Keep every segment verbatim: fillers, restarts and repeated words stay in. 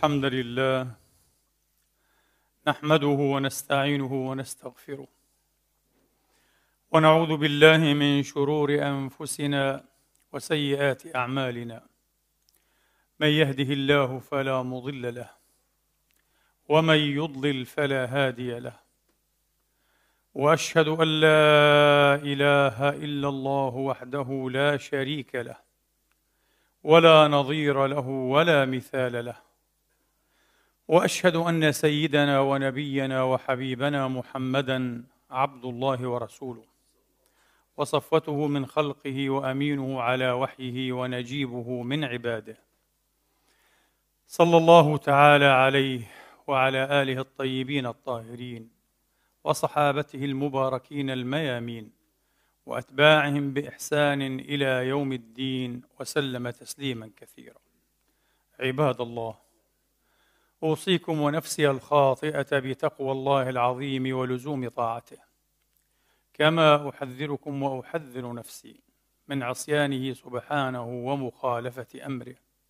الحمد لله نحمده ونستعينه ونستغفره ونعوذ بالله من شرور أنفسنا وسيئات أعمالنا. من يهده الله فلا مضل له ومن يضلل فلا هادي له، وأشهد أن لا إله إلا الله وحده لا شريك له ولا نظير له ولا مثال له، وأشهد أن سيدنا ونبينا وحبيبنا محمدًا عبد الله ورسوله، وصفوته من خلقه وأمينه على وحيه ونجيبه من عباده، صلى الله تعالى عليه وعلى آله الطيبين الطاهرين وصحابته المباركين الميامين وأتباعهم بإحسان إلى يوم الدين، وسلم تسليما كثيرا. عباد الله، أوصيكم ونفسي الخاطئة بتقوى الله العظيم ولزوم طاعته، كما أحذركم وأحذر نفسي من عصيانه سبحانه ومخالفة أمره،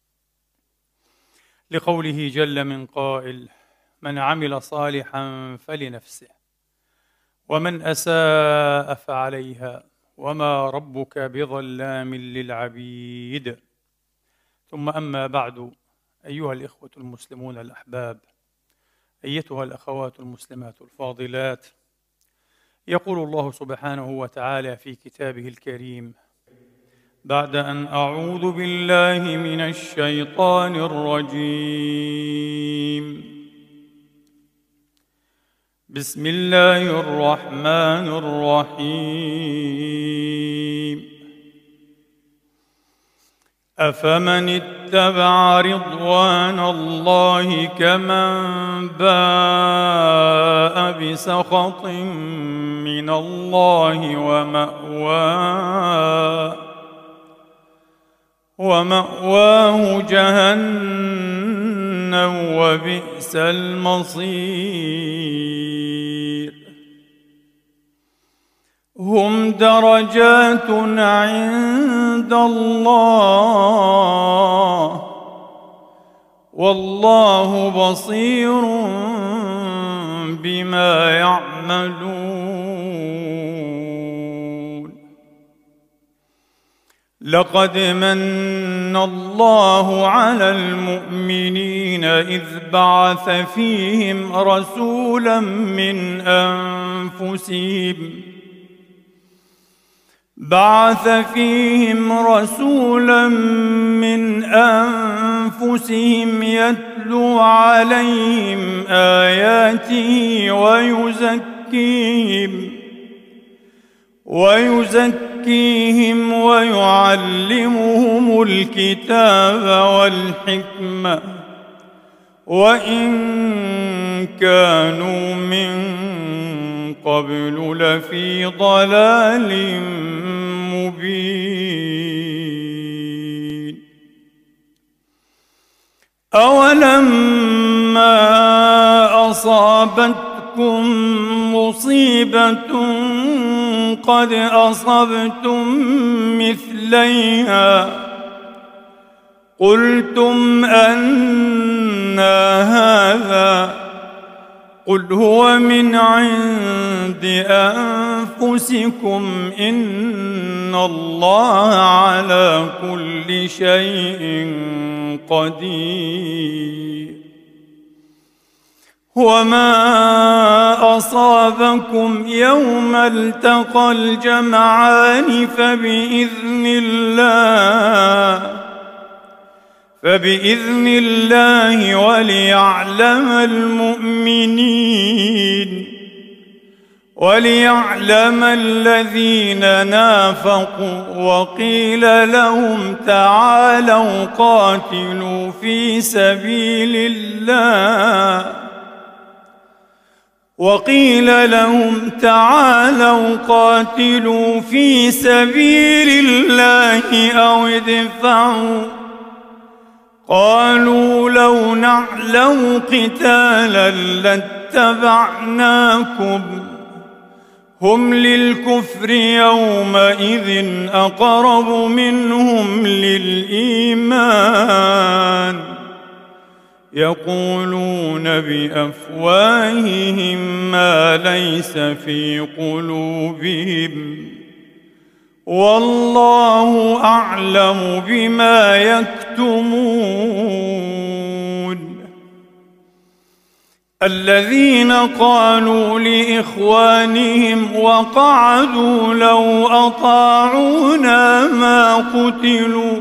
لقوله جل من قائل: من عمل صالحا فلنفسه ومن أساء فعليها وما ربك بظلام للعبيد. ثم أما بعد، أيها الإخوة المسلمون الأحباب، أيتها الأخوات المسلمات الفاضلات، يقول الله سبحانه وتعالى في كتابه الكريم بعد أن أعوذ بالله من الشيطان الرجيم: بسم الله الرحمن الرحيم. أفمن اتبع رضوان الله كمن باء بسخط من الله ومأواه ومأواه جهنم وبئس المصير. هم درجات عند الله والله بصير بما يعملون. لقد من الله على المؤمنين إذ بعث فيهم رسولا من أنفسهم بعث فيهم رسولا من أنفسهم يتلو عليهم آياته ويزكيهم ويزكيهم ويعلمهم الكتاب والحكمة وإن كانوا من قبل لفي ضلال مبين. أولما أصابتكم مصيبة قد أصبتم مثليها قلتم أنى هذا؟ قل هو من عند أنفسكم إن الله على كل شيء قدير. وما أصابكم يوم التقى الجمعان فبإذن الله فبإذن الله وليعلم المؤمنين وليعلم الذين نافقوا. وقيل لهم تعالوا قاتلوا في سبيل الله وقيل لهم تعالوا قاتلوا في سبيل الله أو ادفعوا. قالوا لو نعلم قتالا لاتبعناكم هم للكفر يومئذ أقرب منهم للإيمان يقولون بأفواههم ما ليس في قلوبهم والله أعلم بما يكتمون. الذين قالوا لإخوانهم وقعدوا لو أطاعونا ما قتلوا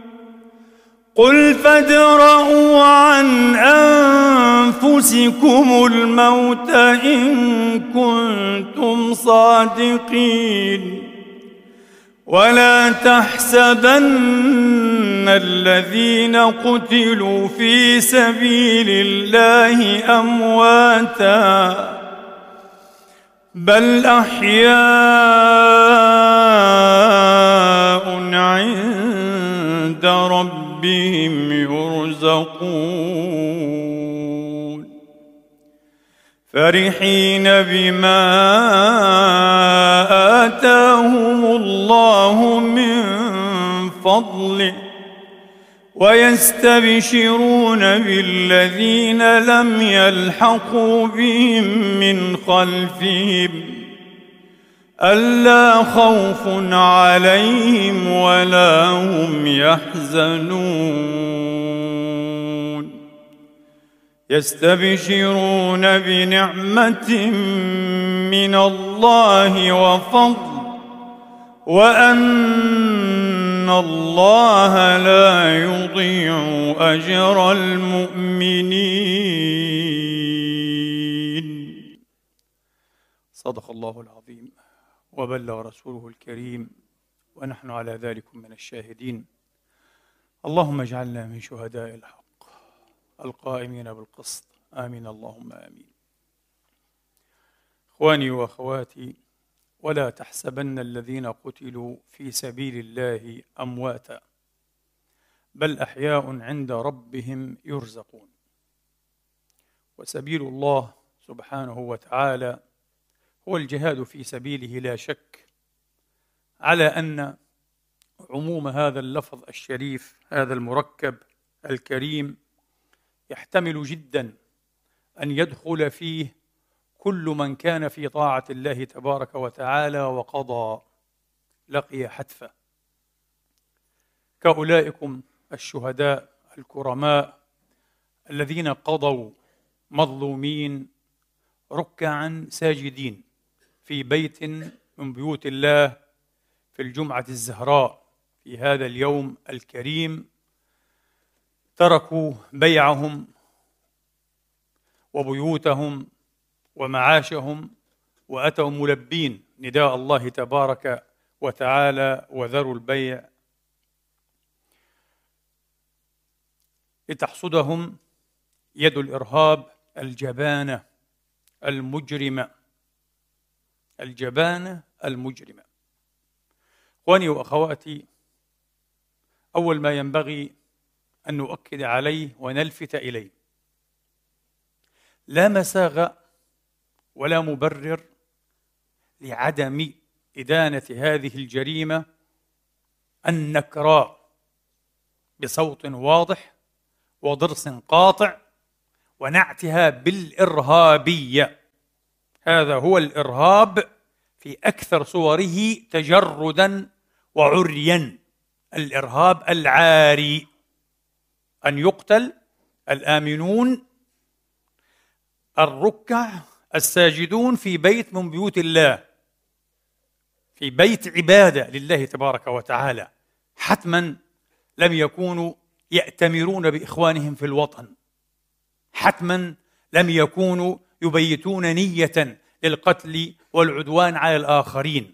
قل فادرءوا عن أنفسكم الموت إن كنتم صادقين ولا تحسبن الذين قتلوا في سبيل الله أمواتا بل أحياء عند ربهم يرزقون فرحين بما آتاهم الله من فضله ويستبشرون بالذين لم يلحقوا بهم من خلفهم ألا خوف عليهم ولا هم يحزنون يستبشرون بنعمة من الله وفضل وأن الله لا يضيع أجر المؤمنين. صدق الله العظيم وبلغ رسوله الكريم ونحن على ذلك من الشاهدين. اللهم اجعلنا من شهداء الحق القائمين بالقسط، آمين اللهم آمين. إخواني وأخواتي، ولا تحسبن الذين قتلوا في سبيل الله أمواتا بل أحياء عند ربهم يرزقون. وسبيل الله سبحانه وتعالى هو الجهاد في سبيله لا شك، على أن عموم هذا اللفظ الشريف هذا المركب الكريم يحتمل جدا أن يدخل فيه كل من كان في طاعة الله تبارك وتعالى وقضى لقي حتفا كأولئكم الشهداء الكرماء الذين قضوا مظلومين ركعا ساجدين في بيت من بيوت الله في الجمعة الزهراء في هذا اليوم الكريم، تركوا بيعهم وبيوتهم ومعاشهم وأتوا ملبين نداء الله تبارك وتعالى وذروا البيع لتحصدهم يد الإرهاب الجبانة المجرمة الجبانة المجرمة. إخواني وأخواتي، أول ما ينبغي أن نؤكد عليه ونلفت إليه، لا مساغ ولا مبرر لعدم إدانة هذه الجريمة النكراء بصوت واضح وضرس قاطع ونعتها بالإرهابية. هذا هو الإرهاب في أكثر صوره تجردا وعريا، الإرهاب العاري، أن يقتل الآمنون الركع الساجدون في بيت من بيوت الله، في بيت عبادة لله تبارك وتعالى. حتما لم يكونوا يأتمرون بإخوانهم في الوطن، حتما لم يكونوا يبيتون نية للقتل والعدوان على الآخرين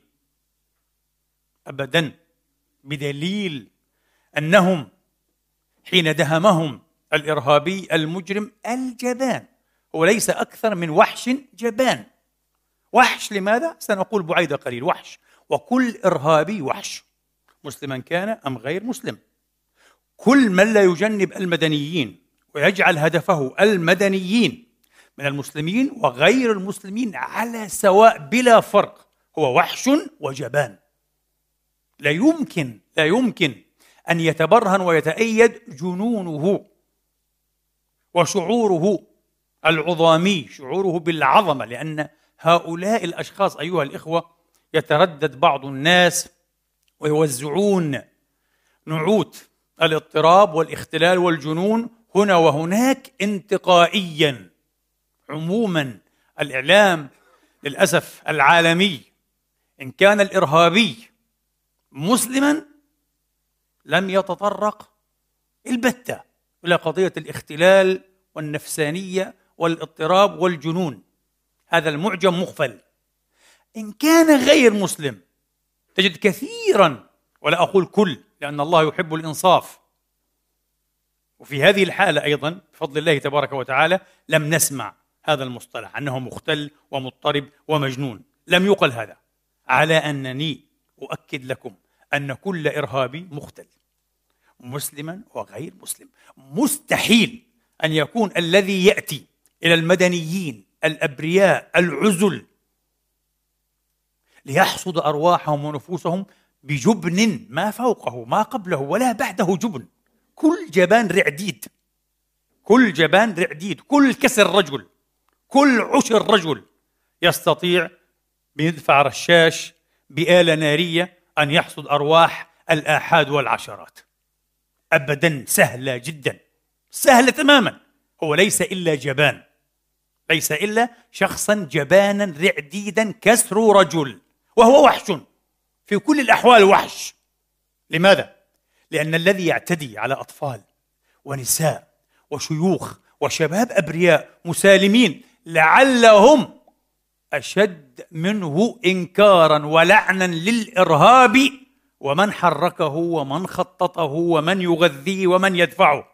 أبدا، بدليل أنهم حين دهمهم الإرهابي المجرم الجبان، هو ليس أكثر من وحش جبان. وحش لماذا؟ سنقول بعيد قليل. وحش، وكل إرهابي وحش، مسلما كان أم غير مسلم. كل من لا يجنب المدنيين ويجعل هدفه المدنيين من المسلمين وغير المسلمين على سواء بلا فرق هو وحش وجبان. لا يمكن لا يمكن أن يتبرهن ويتأيد جنونه وشعوره العظامي، شعوره بالعظمة، لأن هؤلاء الأشخاص أيها الإخوة يتردد بعض الناس ويوزعون نعوت الاضطراب والاختلال والجنون هنا وهناك انتقائيا. عموما الإعلام للأسف العالمي إن كان الإرهابي مسلما لم يتطرق البتة إلى قضية الاختلال والنفسانية والاضطراب والجنون، هذا المعجم مغفل. إن كان غير مسلم تجد كثيرا، ولا أقول كل لأن الله يحب الإنصاف، وفي هذه الحالة أيضا بفضل الله تبارك وتعالى لم نسمع هذا المصطلح أنه مختل ومضطرب ومجنون، لم يقل هذا، على أنني أؤكد لكم أن كل إرهابي مختل مسلما وغير مسلم. مستحيل أن يكون الذي يأتي إلى المدنيين الأبرياء العزل ليحصد أرواحهم ونفوسهم بجبن ما فوقه ما قبله ولا بعده جبن. كل جبان رعديد، كل جبان رعديد، كل كسر رجل، كل عشر رجل يستطيع بيدفع رشاش بآلة نارية أن يحصد أرواح الآحاد والعشرات. أبدا، سهلة جدا، سهلة تماما. هو ليس إلا جبان، ليس إلا شخصا جبانا رعديدا كسر رجل، وهو وحش في كل الأحوال، وحش. لماذا؟ لأن الذي يعتدي على أطفال ونساء وشيوخ وشباب أبرياء مسالمين لعلهم أشد منه إنكارا ولعنا للإرهاب ومن حركه ومن خططه ومن يغذيه ومن يدفعه.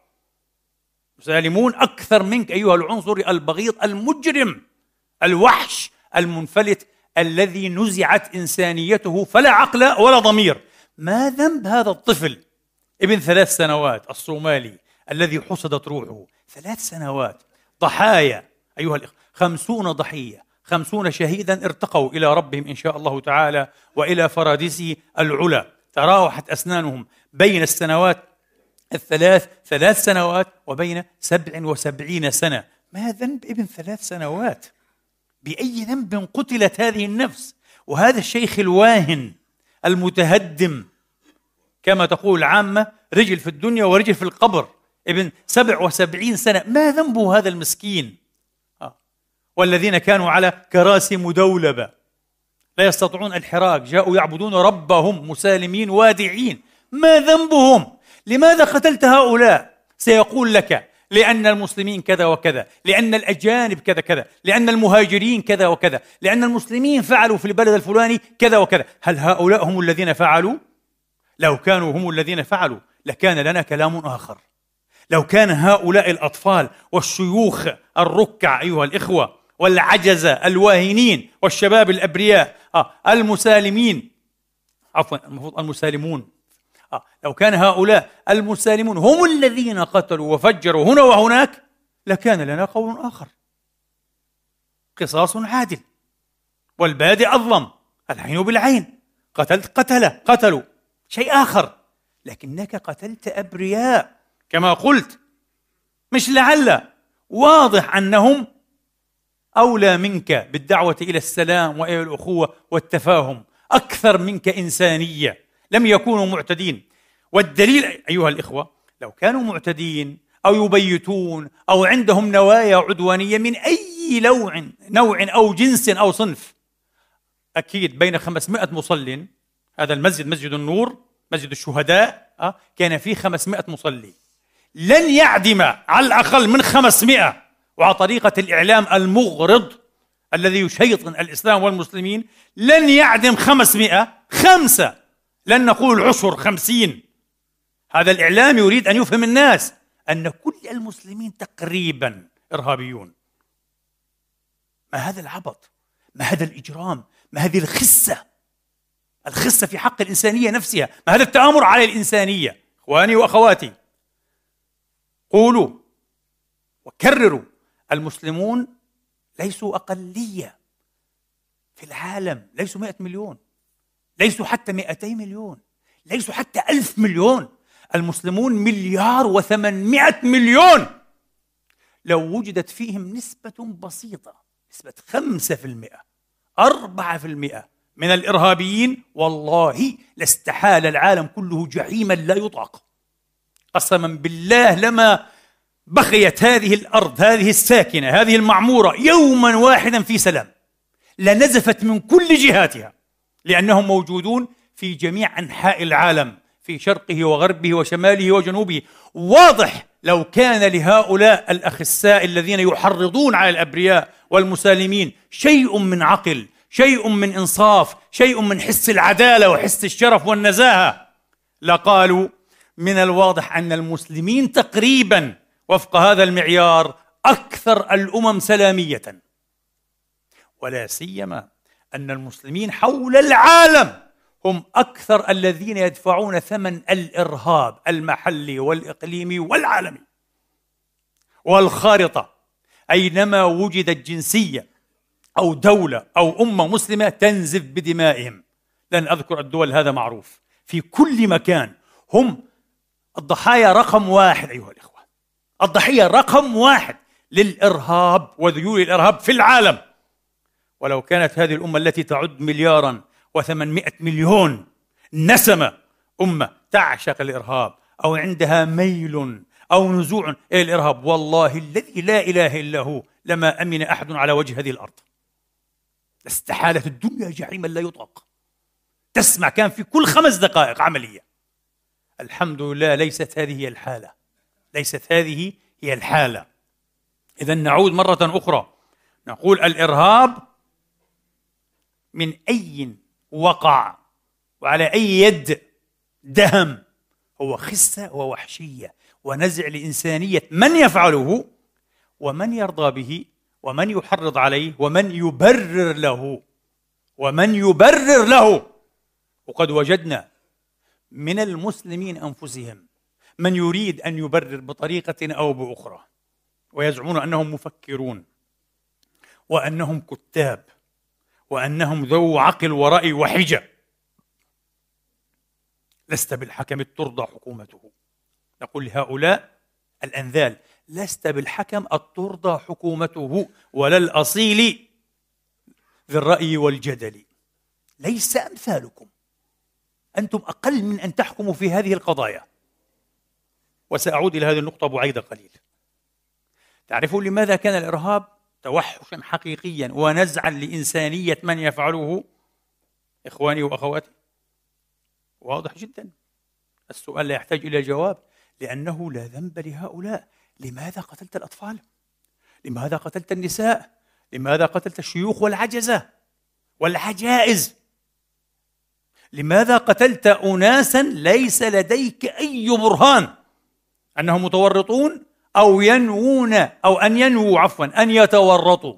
مسالمون أكثر منك أيها العنصر البغيض المجرم الوحش المنفلت الذي نزعت إنسانيته فلا عقل ولا ضمير. ما ذنب هذا الطفل ابن ثلاث سنوات الصومالي الذي حصدت روحه؟ ثلاث سنوات ضحايا أيها الإخوة، خمسون ضحية، خمسون شهيدا ارتقوا إلى ربهم إن شاء الله تعالى وإلى فرادسه العلا. تراوحت أسنانهم بين السنوات الثلاث ثلاث سنوات وبين سبع وسبعين سنة. ما ذنب ابن ثلاث سنوات؟ بأي ذنب قتلت هذه النفس؟ وهذا الشيخ الواهن المتهدم كما تقول العامة، رجل في الدنيا ورجل في القبر، ابن سبع وسبعين سنة، ما ذنبه هذا المسكين؟ آه. والذين كانوا على كراسي مدولبة لا يستطيعون الحراك جاءوا يعبدون ربهم مسالمين وادعين، ما ذنبهم؟ لماذا قتلت هؤلاء؟ سيقول لك لأن المسلمين كذا وكذا، لأن الأجانب كذا كذا، لأن المهاجرين كذا وكذا، لأن المسلمين فعلوا في البلد الفلاني كذا وكذا. هل هؤلاء هم الذين فعلوا؟ لو كانوا هم الذين فعلوا لكان لنا كلام آخر. لو كان هؤلاء الأطفال والشيوخ الركع أيها الإخوة والعجزة الواهنين والشباب الأبرياء آه المسالمين، عفوا المفروض المسالمون، آه لو كان هؤلاء المسالمون هم الذين قتلوا وفجروا هنا وهناك لكان لنا قول آخر. قصاص عادل والبادئ أظلم، العين بالعين، قتلت قتل قتلوا، شيء آخر. لكنك قتلت أبرياء كما قلت، مش لعل، واضح أنهم أولى منك بالدعوة إلى السلام وإلى الأخوة والتفاهم، أكثر منك إنسانية، لم يكونوا معتدين. والدليل أيها الإخوة، لو كانوا معتدين أو يبيتون أو عندهم نوايا عدوانية من أي نوع نوع أو جنس أو صنف، أكيد بين خمسمائة مصل، هذا المسجد مسجد النور مسجد الشهداء أه؟ كان فيه خمسمائة مصلي، لن يعدم على الأقل من خمسمائة، وعلى طريقة الإعلام المغرض الذي يشيطن الإسلام والمسلمين لن يعدم خمسمائة، خمسة، لن نقول عشر، خمسين. هذا الإعلام يريد أن يفهم الناس أن كل المسلمين تقريبا إرهابيون. ما هذا العبط؟ ما هذا الإجرام؟ ما هذه الخسة؟ الخسة في حق الإنسانية نفسها، ما هذا التآمر على الإنسانية؟ إخواني وأخواتي، قولوا وكرروا، المسلمون ليسوا أقلية في العالم، ليسوا مئة مليون، ليسوا حتى مئتي مليون، ليسوا حتى ألف مليون، المسلمون مليار وثمانمائة مليون. لو وجدت فيهم نسبة بسيطة، نسبة خمسة في المئة أربعة في المئة من الإرهابيين، والله لاستحال العالم كله جحيما لا يطاق. قسما بالله لما بقيت هذه الأرض، هذه الساكنة، هذه المعمورة يوما واحدا في سلام، لنزفت من كل جهاتها، لأنهم موجودون في جميع أنحاء العالم، في شرقه وغربه وشماله وجنوبه. واضح لو كان لهؤلاء الأخساء الذين يحرضون على الأبرياء والمسالمين شيء من عقل، شيء من إنصاف، شيء من حس العدالة وحس الشرف والنزاهة، لقالوا من الواضح أن المسلمين تقريبا وفق هذا المعيار أكثر الأمم سلامية، ولا سيما أن المسلمين حول العالم هم أكثر الذين يدفعون ثمن الإرهاب المحلي والإقليمي والعالمي. والخارطة أينما وجدت جنسية أو دولة أو أمة مسلمة تنزف بدمائهم. لن أذكر الدول، هذا معروف، في كل مكان هم الضحايا رقم واحد أيها الإخوة، الضحية رقم واحد للإرهاب وذيول الإرهاب في العالم. ولو كانت هذه الأمة التي تعد مليارا وثمانمائة مليون نسمة أمة تعشق الإرهاب أو عندها ميل أو نزوع إلى الإرهاب، والله الذي لا إله إلا هو لما أمن أحد على وجه هذه الأرض. استحالت الدنيا جحيما لا يطاق. تسمع كان في كل خمس دقائق عملية. الحمد لله ليست هذه هي الحالة، ليست هذه هي الحالة. إذن نعود مرة أخرى نقول الإرهاب من أي وقع وعلى أي يد دهم هو خسة ووحشية ونزع لإنسانية من يفعله ومن يرضى به ومن يحرض عليه ومن يبرر له ومن يبرر له. وقد وجدنا من المسلمين أنفسهم من يريد أن يبرر بطريقة أو بأخرى، ويزعمون أنهم مفكرون وأنهم كتاب وأنهم ذو عقل ورأي وحجة. لست بالحكم ترضى حكومته. نقول لهؤلاء الأنذال: لست بالحكم ترضى حكومته ولا الأصيل ذي الرأي والجدل، ليس أمثالكم، أنتم أقل من أن تحكموا في هذه القضايا. وسأعود إلى هذه النقطة بعيد قليل. تعرفون لماذا كان الإرهاب توحشا حقيقيا ونزعا لإنسانية من يفعله؟ إخواني وأخواتي، واضح جدا، السؤال لا يحتاج إلى جواب، لأنه لا ذنب لهؤلاء. لماذا قتلت الأطفال؟ لماذا قتلت النساء؟ لماذا قتلت الشيوخ والعجزة والعجائز؟ لماذا قتلت أناسا ليس لديك أي برهان أنهم متورطون أو ينوون أو أن ينووا عفوا أن يتورطوا؟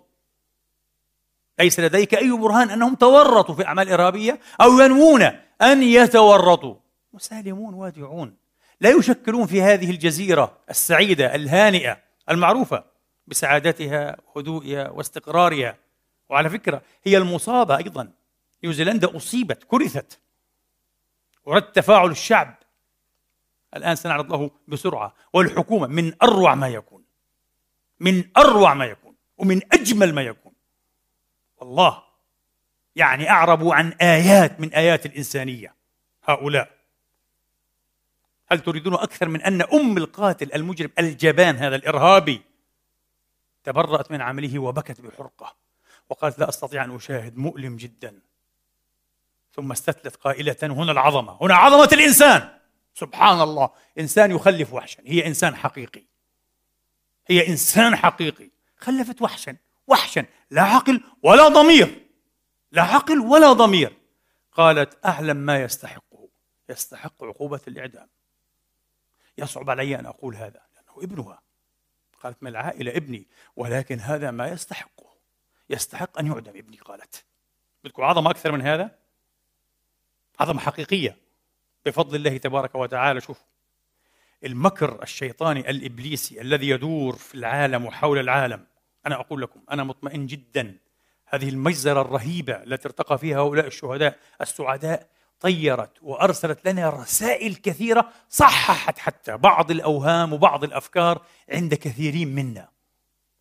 ليس لديك أي برهان أنهم تورطوا في أعمال إرهابية أو ينوون أن يتورطوا. مسالمون وادعون لا يشكلون في هذه الجزيرة السعيدة الهانئة المعروفة بسعادتها وهدوئها واستقرارها. وعلى فكرة هي المصابة أيضا، نيوزيلندا أصيبت كرثت ورد تفاعل الشعب. الآن سنعرض له بسرعة. والحكومة من أروع ما يكون، من أروع ما يكون ومن أجمل ما يكون، والله يعني أعربوا عن آيات من آيات الإنسانية هؤلاء. هل تريدون أكثر من أن أم القاتل المجرم الجبان هذا الإرهابي تبرأت من عمله وبكت بحرقة وقالت لا أستطيع أن أشاهد، مؤلم جدا، ثم استثلت قائلة هنا العظمة، هنا عظمة الإنسان. سبحان الله، إنسان يخلف وحشا، هي إنسان حقيقي، هي إنسان حقيقي خلفت وحشا، وحشا لا عقل ولا ضمير، لا عقل ولا ضمير. قالت أعلم ما يستحقه، يستحق عقوبة الإعدام. يصعب علي أن أقول هذا لأنه ابنها. قالت من العائلة ابني، ولكن هذا ما يستحقه، يستحق أن يعدم ابني. قالت بدكم عظمة أكثر من هذا؟ عظمة حقيقية بفضل الله تبارك وتعالى. شوفوا المكر الشيطاني الإبليسي الذي يدور في العالم وحول العالم. أنا أقول لكم أنا مطمئن جدا هذه المجزرة الرهيبة التي ارتقى فيها هؤلاء الشهداء السعداء طيرت وأرسلت لنا رسائل كثيرة صححت حتى بعض الأوهام وبعض الأفكار عند كثيرين منا.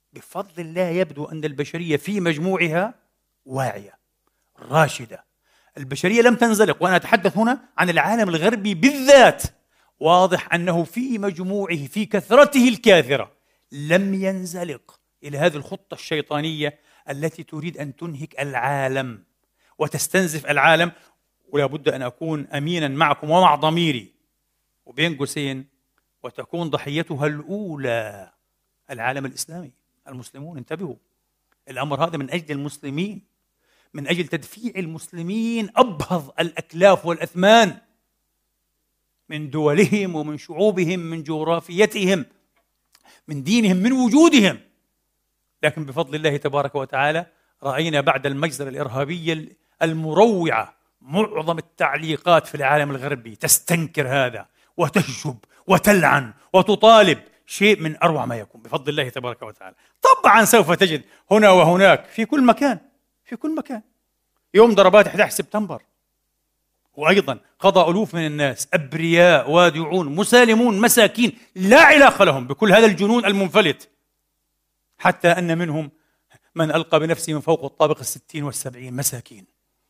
بفضل الله يبدو أن البشرية في مجموعها واعية راشدة. البشرية لم تنزلق، وأنا أتحدث هنا عن العالم الغربي بالذات. واضح أنه في مجموعه في كثرته الكاثرة لم ينزلق إلى هذه الخطة الشيطانية التي تريد أن تنهك العالم وتستنزف العالم. ولا بد أن أكون أمينا معكم ومع ضميري، وبين قوسين وتكون ضحيتها الأولى العالم الإسلامي، المسلمون. انتبهوا، الأمر هذا من أجل المسلمين، من أجل تدفيع المسلمين أبهض الأكلاف والأثمان من دولهم ومن شعوبهم، من جغرافيتهم، من دينهم، من وجودهم. لكن بفضل الله تبارك وتعالى رأينا بعد المجزرة الإرهابية المروعة معظم التعليقات في العالم الغربي تستنكر هذا وتشجب وتلعن وتطالب، شيء من أروع ما يكون بفضل الله تبارك وتعالى. طبعا سوف تجد هنا وهناك في كل مكان، في كل مكان يوم ضربات أحد عشر سبتمبر، وأيضا قضى ألوف من الناس أبرياء وادعون مسالمون مساكين لا علاقة لهم بكل هذا الجنون المنفلت، حتى أن منهم من ألقى بنفسه من فوق الطابق الستين والسبعين مساكين.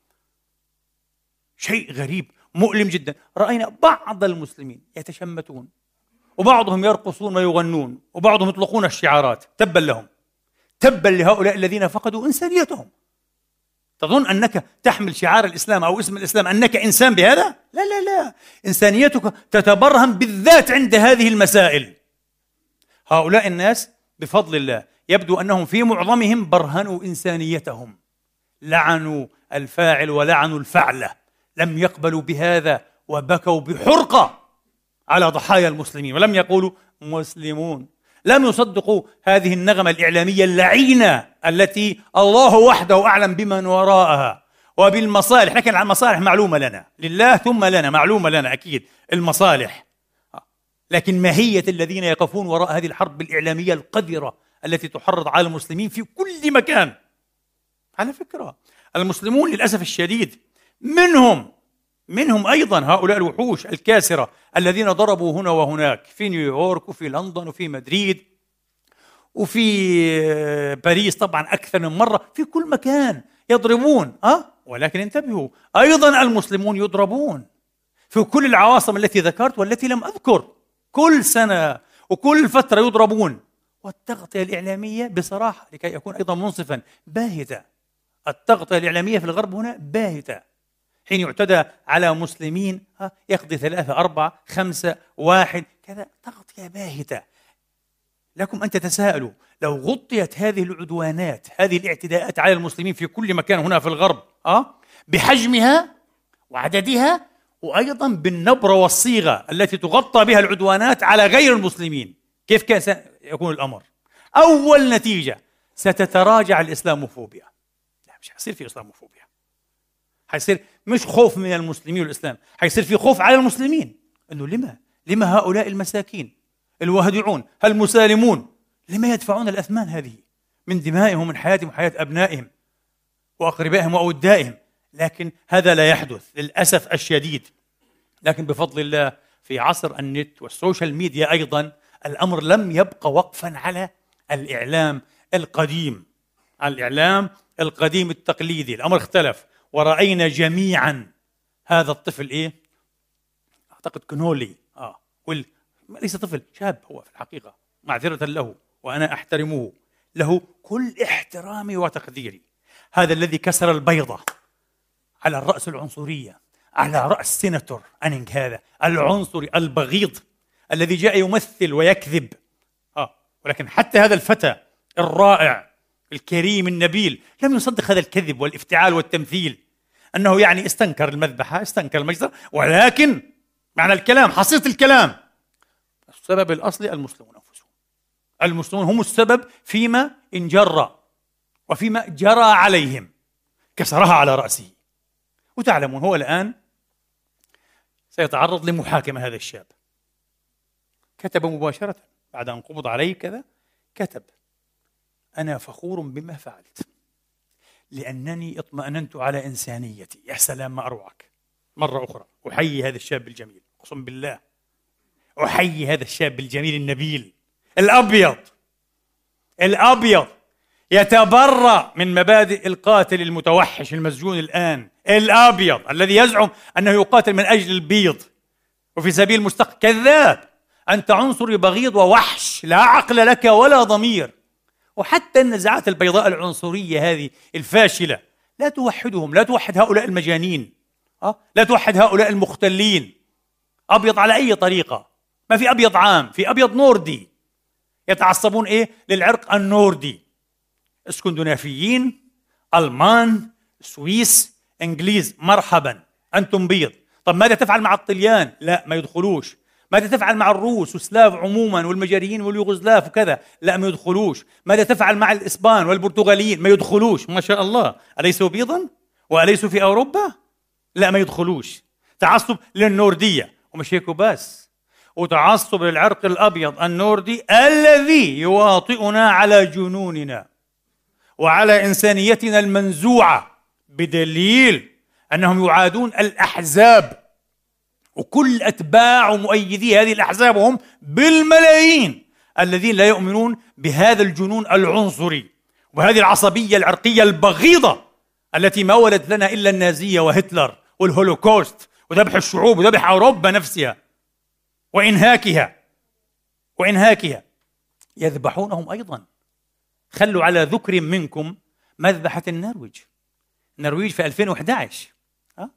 شيء غريب مؤلم جدا. رأينا بعض المسلمين يتشمتون، وبعضهم يرقصون ويغنون، وبعضهم يطلقون الشعارات. تبا لهم، تبا لهؤلاء الذين فقدوا إنسانيتهم. تظن أنك تحمل شعار الإسلام أو اسم الإسلام أنك إنسان بهذا؟ لا لا لا، إنسانيتك تتبرهن بالذات عند هذه المسائل. هؤلاء الناس بفضل الله يبدو أنهم في معظمهم برهنوا إنسانيتهم، لعنوا الفاعل ولعنوا الفعلة، لم يقبلوا بهذا وبكوا بحرقة على ضحايا المسلمين، ولم يقولوا مسلمون، لم يصدقوا هذه النغمة الإعلامية اللعينة التي الله وحده أعلم بمن وراءها وبالمصالح. لكن المصالح معلومة لنا، لله ثم لنا، معلومة لنا أكيد المصالح، لكن ماهية الذين يقفون وراء هذه الحرب الإعلامية القذرة التي تحرض على المسلمين في كل مكان. على فكرة المسلمون للأسف الشديد منهم منهم أيضا هؤلاء الوحوش الكاسرة الذين ضربوا هنا وهناك، في نيويورك وفي لندن وفي مدريد وفي باريس، طبعا أكثر من مرة، في كل مكان يضربون. أه؟ ولكن انتبهوا، أيضا المسلمون يضربون في كل العواصم التي ذكرت والتي لم أذكر، كل سنة وكل فترة يضربون. والتغطية الإعلامية بصراحة لكي أكون أيضا منصفا باهتة. التغطية الإعلامية في الغرب هنا باهتة. حين يعتدى على مسلمين ها يقضي ثلاثة أربعة خمسة واحد كذا، تغطية باهتة. لكم أن تتساءلوا، لو غطيت هذه العدوانات، هذه الاعتداءات على المسلمين في كل مكان هنا في الغرب أه؟ بحجمها وعددها، وأيضا بالنبرة والصيغة التي تغطى بها العدوانات على غير المسلمين، كيف كان سيكون الأمر؟ أول نتيجة ستتراجع الإسلاموفوبيا. لا، مش حيصير في إسلاموفوبيا، حيصير مش خوف من المسلمين والإسلام، حيصير في خوف على المسلمين. أنه لما؟ لما هؤلاء المساكين الوهدعون المسالمون لما يدفعون الأثمان هذه من دمائهم ومن حياتهم وحياة أبنائهم وأقربائهم وأودائهم؟ لكن هذا لا يحدث للأسف الشديد. لكن بفضل الله في عصر النت والسوشيال ميديا أيضا الأمر لم يبقى وقفا على الإعلام القديم، على الإعلام القديم التقليدي. الأمر اختلف، ورأينا جميعا هذا الطفل إيه؟ أعتقد كنولي آه وال... ليس طفل، شاب هو في الحقيقة، معذرة له وأنا أحترمه، له كل احترامي وتقديري. هذا الذي كسر البيضة على الرأس العنصرية، على رأس سيناتور أنينغ، هذا العنصري البغيض الذي جاء يمثل ويكذب آه ولكن حتى هذا الفتى الرائع الكريم النبيل لم يصدق هذا الكذب والافتعال والتمثيل، أنه يعني استنكر المذبحة، استنكر المجزرة، ولكن معنى الكلام، حصيلة الكلام، السبب الأصلي المسلمون أنفسهم. المسلمون هم السبب فيما انجر وفيما جرى عليهم، كسرها على رأسه. وتعلمون هو الآن سيتعرض لمحاكمة. هذا الشاب كتب مباشرة بعد أن قبض عليه كذا، كتب: أنا فخور بما فعلت لأنني اطمأننت على إنسانيتي. يا سلام، ما أروعك. مرة أخرى أحيي هذا الشاب الجميل، أقسم بالله أحيي هذا الشاب الجميل النبيل الأبيض الأبيض يتبرأ من مبادئ القاتل المتوحش المسجون الآن، الأبيض الذي يزعم أنه يقاتل من أجل البيض وفي سبيل المستقبل. كذاب، أنت عنصري بغيض ووحش، لا عقل لك ولا ضمير. وحتى النزعات البيضاء العنصرية هذه الفاشلة لا توحدهم، لا توحد هؤلاء المجانين، أه؟ لا توحد هؤلاء المختلين. أبيض على أي طريقة؟ ما في أبيض عام، في أبيض نوردي. يتعصبون إيه؟ للعرق النوردي. اسكندنافيين، ألمان، سويس، إنجليز، مرحبا، أنتم بيض. طب ماذا تفعل مع الطليان؟ لا، ما يدخلوش. ماذا تفعل مع الروس والسلاف عموما والمجريين واليوغوسلاف وكذا؟ لا، ما يدخلوش. ماذا تفعل مع الإسبان والبرتغاليين؟ ما يدخلوش. ما شاء الله، أليسوا بيضا؟ وأليسوا في أوروبا؟ لا، ما يدخلوش. تعصب للنوردية، ومش هيك بس، وتعصب للعرق الأبيض النوردي الذي يواطئنا على جنوننا وعلى إنسانيتنا المنزوعة، بدليل أنهم يعادون الأحزاب وكل أتباع ومؤيدي هذه الأحزاب، وهم بالملايين الذين لا يؤمنون بهذا الجنون العنصري وهذه العصبية العرقية البغيضة التي ما ولدت لنا إلا النازية وهتلر والهولوكوست وذبح الشعوب وذبح أوروبا نفسها وإنهاكها وإنهاكها. يذبحونهم أيضا. خلوا على ذكر منكم مذبحة النرويج. النرويج في ألفين وأحد عشر، أه؟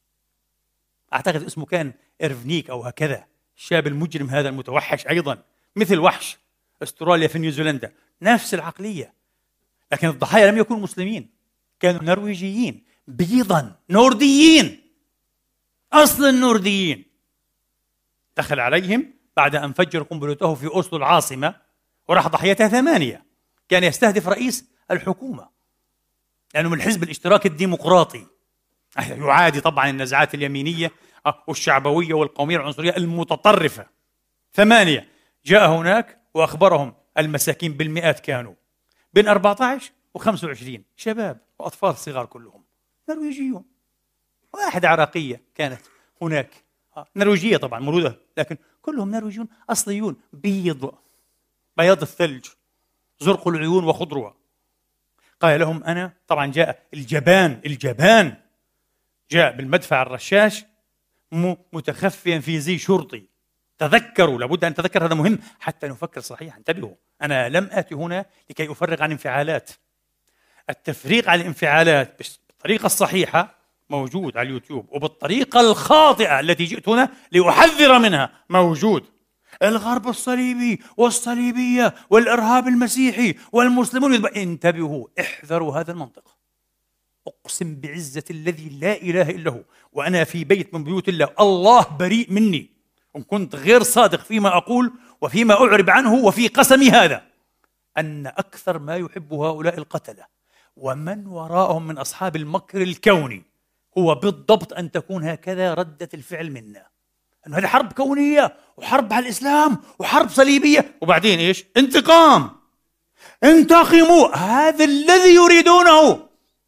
أعتقد اسمه كان إرفنيك أو هكذا، الشاب المجرم هذا المتوحش أيضا، مثل وحش أستراليا في نيوزيلندا، نفس العقلية. لكن الضحايا لم يكونوا مسلمين، كانوا نرويجيين بيضا نورديين، أصل النورديين. دخل عليهم بعد أن فجر قنبلته في أوسلو العاصمة وراح ضحيتها ثمانية. كان يستهدف رئيس الحكومة لأنه من الحزب الاشتراكي الديمقراطي، يعادي طبعا النزعات اليمينية والشعبوية والقومية العنصرية المتطرفة. ثمانية جاء هناك وأخبرهم، المساكين بالمئات كانوا بين أربعة عشر وخمسة وعشرين، شباب وأطفال صغار كلهم نرويجيون. واحدة عراقية كانت هناك، نرويجية طبعا مولودة، لكن كلهم نرويجيون أصليون، بيض بياض الثلج، زرق العيون وخضرها. قال لهم أنا، طبعا جاء الجبان الجبان جاء بالمدفع الرشاش متخفيا في زي شرطي. تذكروا، لابد أن نتذكر، هذا مهم حتى نفكر صحيحا. انتبهوا، أنا لم آتي هنا لكي أفرغ عن انفعالات. التفريغ عن الانفعالات بالطريقة الصحيحة موجود على اليوتيوب، وبالطريقة الخاطئة التي جئت هنا لأحذر منها موجود. الغرب الصليبي والصليبية والإرهاب المسيحي والمسلمون، انتبهوا، احذروا هذا المنطق. أقسم بعزة الذي لا إله إلا هو، وأنا في بيت من بيوت الله، الله بريء مني إن كنت غير صادق فيما أقول وفيما أعرب عنه وفي قسمي هذا، أن أكثر ما يحب هؤلاء القتلة ومن وراءهم من أصحاب المكر الكوني هو بالضبط أن تكون هكذا ردة الفعل منا، أن هذه حرب كونية وحرب على الإسلام وحرب صليبية، وبعدين إيش؟ انتقام، انتقموا، هذا الذي يريدونه.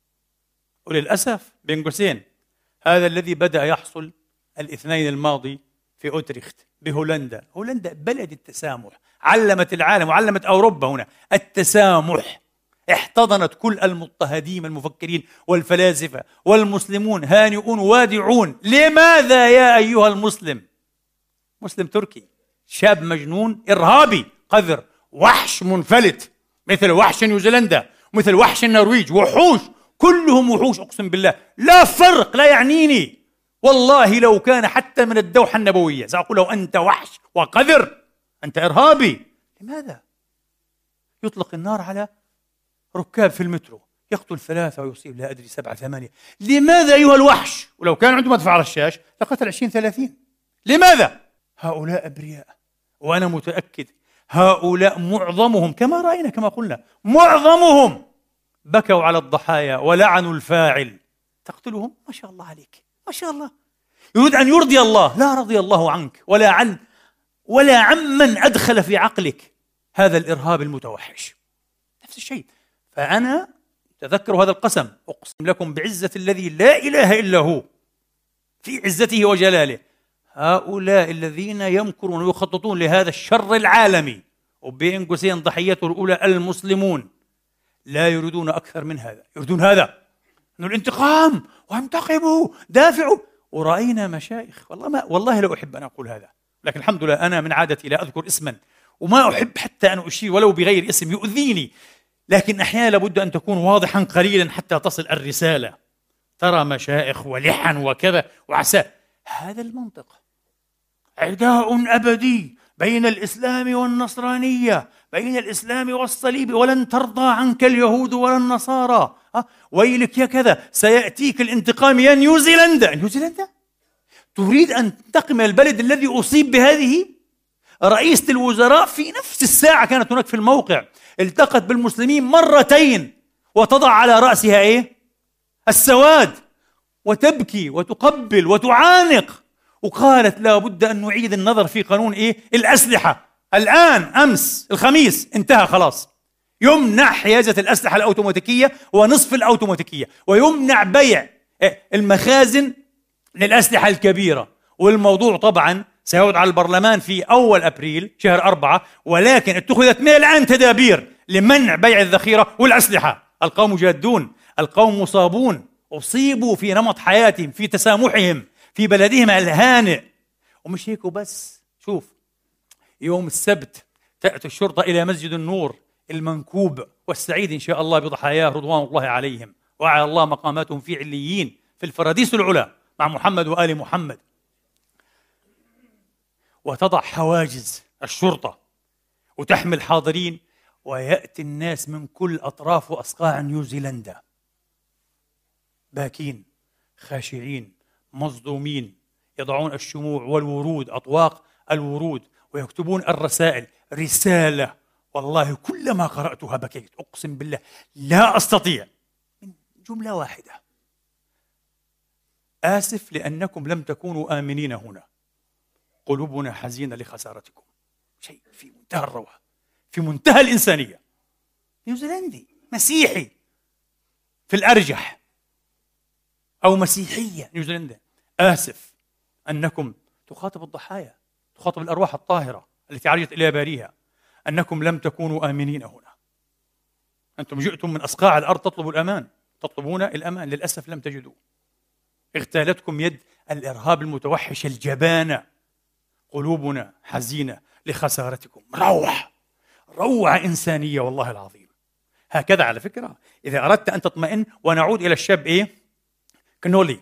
وللأسف بين قوسين هذا الذي بدأ يحصل الاثنين الماضي في أوتريخت بهولندا. هولندا بلد التسامح، علمت العالم وعلمت أوروبا هنا التسامح، احتضنت كل المضطهدين المفكرين والفلاسفة، والمسلمون هانئون وادعون. لماذا يا أيها المسلم؟ مسلم تركي، شاب مجنون إرهابي قذر، وحش منفلت مثل وحش نيوزيلندا ومثل وحش النرويج، وحوش كلهم وحوش، أقسم بالله لا فرق، لا يعنيني والله. لو كان حتى من الدوحة النبوية سأقول له أنت وحش وقذر، أنت إرهابي. لماذا يطلق النار على ركاب في المترو، يقتل ثلاثة ويصيب لا أدري سبعة ثمانية؟ لماذا أيها الوحش؟ ولو كان عنده مدفع رشاش لقتل عشرين ثلاثين. لماذا؟ هؤلاء أبرياء، وأنا متأكد هؤلاء معظمهم كما رأينا كما قلنا معظمهم بكوا على الضحايا ولعنوا الفاعل. تقتلهم؟ ما شاء الله عليك، ما شاء الله. يريد أن يرضي الله، لا رضي الله عنك ولا عن ولا عمن أدخل في عقلك هذا الإرهاب المتوحش. نفس الشيء. فأنا تذكروا هذا القسم، أقسم لكم بعزة الذي لا إله إلا هو في عزته وجلاله، هؤلاء الذين يمكرون ويخططون لهذا الشر العالمي وبين قوسين ضحيته الأولى المسلمون، لا يريدون أكثر من هذا، يريدون هذا، إنه الانتقام وانتقموا دافعوا. ورأينا مشايخ، والله ما والله لا أحب أن أقول هذا، لكن الحمد لله أنا من عادتي لا أذكر اسما، وما أحب حتى أن أشير ولو بغير اسم يؤذيني، لكن أحيانا لابد أن تكون واضحا قليلا حتى تصل الرسالة. ترى مشايخ ولحن وكذا وعسى، هذا المنطق عداء أبدي بين الإسلام والنصرانية، بين الإسلام والصليب، ولن ترضى عنك اليهود ولا النصارى، ويلك يا كذا، سيأتيك الانتقام يا نيوزيلندا. نيوزيلندا تريد أن تنتقم البلد الذي أصيب بهذه؟ رئيسة الوزراء في نفس الساعة كانت هناك في الموقع، التقت بالمسلمين مرتين وتضع على رأسها إيه؟ السواد، وتبكي وتقبل وتعانق، وقالت لا بد أن نعيد النظر في قانون إيه؟ الأسلحة. الآن أمس الخميس انتهى خلاص، يمنع حيازة الأسلحة الأوتوماتيكية ونصف الأوتوماتيكية، ويمنع بيع المخازن للأسلحة الكبيرة. والموضوع طبعا سيعود على البرلمان في أول أبريل شهر أربعة، ولكن اتخذت من الآن تدابير لمنع بيع الذخيرة والأسلحة. القوم جادون، القوم مصابون، أصيبوا في نمط حياتهم، في تسامحهم، في بلدهم الهانئ. ومش هيك وبس، شوف يوم السبت تأتي الشرطة إلى مسجد النور المنكوب والسعيد إن شاء الله بضحاياه رضوان الله عليهم، وعلى الله مقاماتهم في عليين في الفراديس العلا مع محمد وآل محمد، وتضع حواجز الشرطة وتحمل حاضرين، ويأتي الناس من كل أطراف وأصقاع نيوزيلندا باكين خاشعين مصدومين، يضعون الشموع والورود، أطواق الورود، ويكتبون الرسائل. رسالة والله كلما قرأتها بكيت، أقسم بالله لا أستطيع، من جملة واحدة: آسف لأنكم لم تكونوا آمنين هنا، قلوبنا حزينة لخسارتكم. شيء في منتهى الروعة، في منتهى الإنسانية. نيوزيلندي مسيحي في الأرجح أو مسيحية نيوزيلندا، آسف أنكم تخاطب الضحايا، تخاطب الأرواح الطاهرة التي عرجت إلى باريها، أنكم لم تكونوا آمنين هنا. أنتم جئتم من أصقاع الأرض تطلبوا الأمان، تطلبون الأمان، للأسف لم تجدوا. اغتالتكم يد الإرهاب المتوحش الجبانة. قلوبنا حزينة لخسارتكم. روعة روعة إنسانية والله العظيم. هكذا على فكرة إذا أردت أن تطمئن. ونعود إلى الشاب إيه؟ كنولي.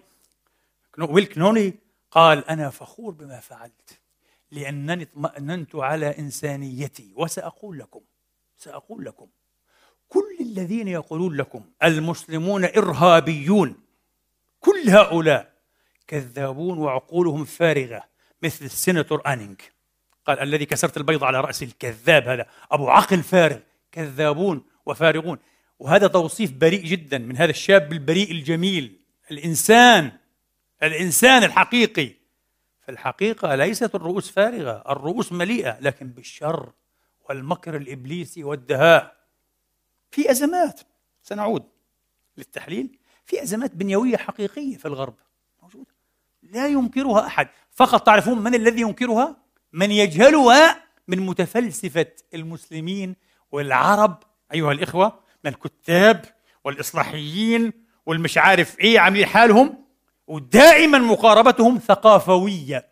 ويل كنولي قال: أنا فخور بما فعلت لأنني اطمأننت على إنسانيتي. وسأقول لكم سأقول لكم كل الذين يقولون لكم المسلمون إرهابيون، كل هؤلاء كذابون وعقولهم فارغة، مثل السيناتور آنينغ قال: الذي كسرت البيض على رأس الكذاب، هذا أبو عقل فارغ. كذابون وفارغون. وهذا توصيف بريء جدا من هذا الشاب البريء الجميل، الإنسان الإنسان الحقيقي. فالحقيقة ليست الرؤوس فارغة، الرؤوس مليئة، لكن بالشر والمكر الإبليسي والدهاء. في أزمات، سنعود للتحليل، في أزمات بنيوية حقيقية في الغرب موجودة لا ينكرها أحد، فقط تعرفون من الذي ينكرها؟ من يجهلها من متفلسفة المسلمين والعرب أيها الإخوة، من الكتاب والإصلاحيين والمش عارف إيه عاملين حالهم، ودائما مقاربتهم ثقافوية،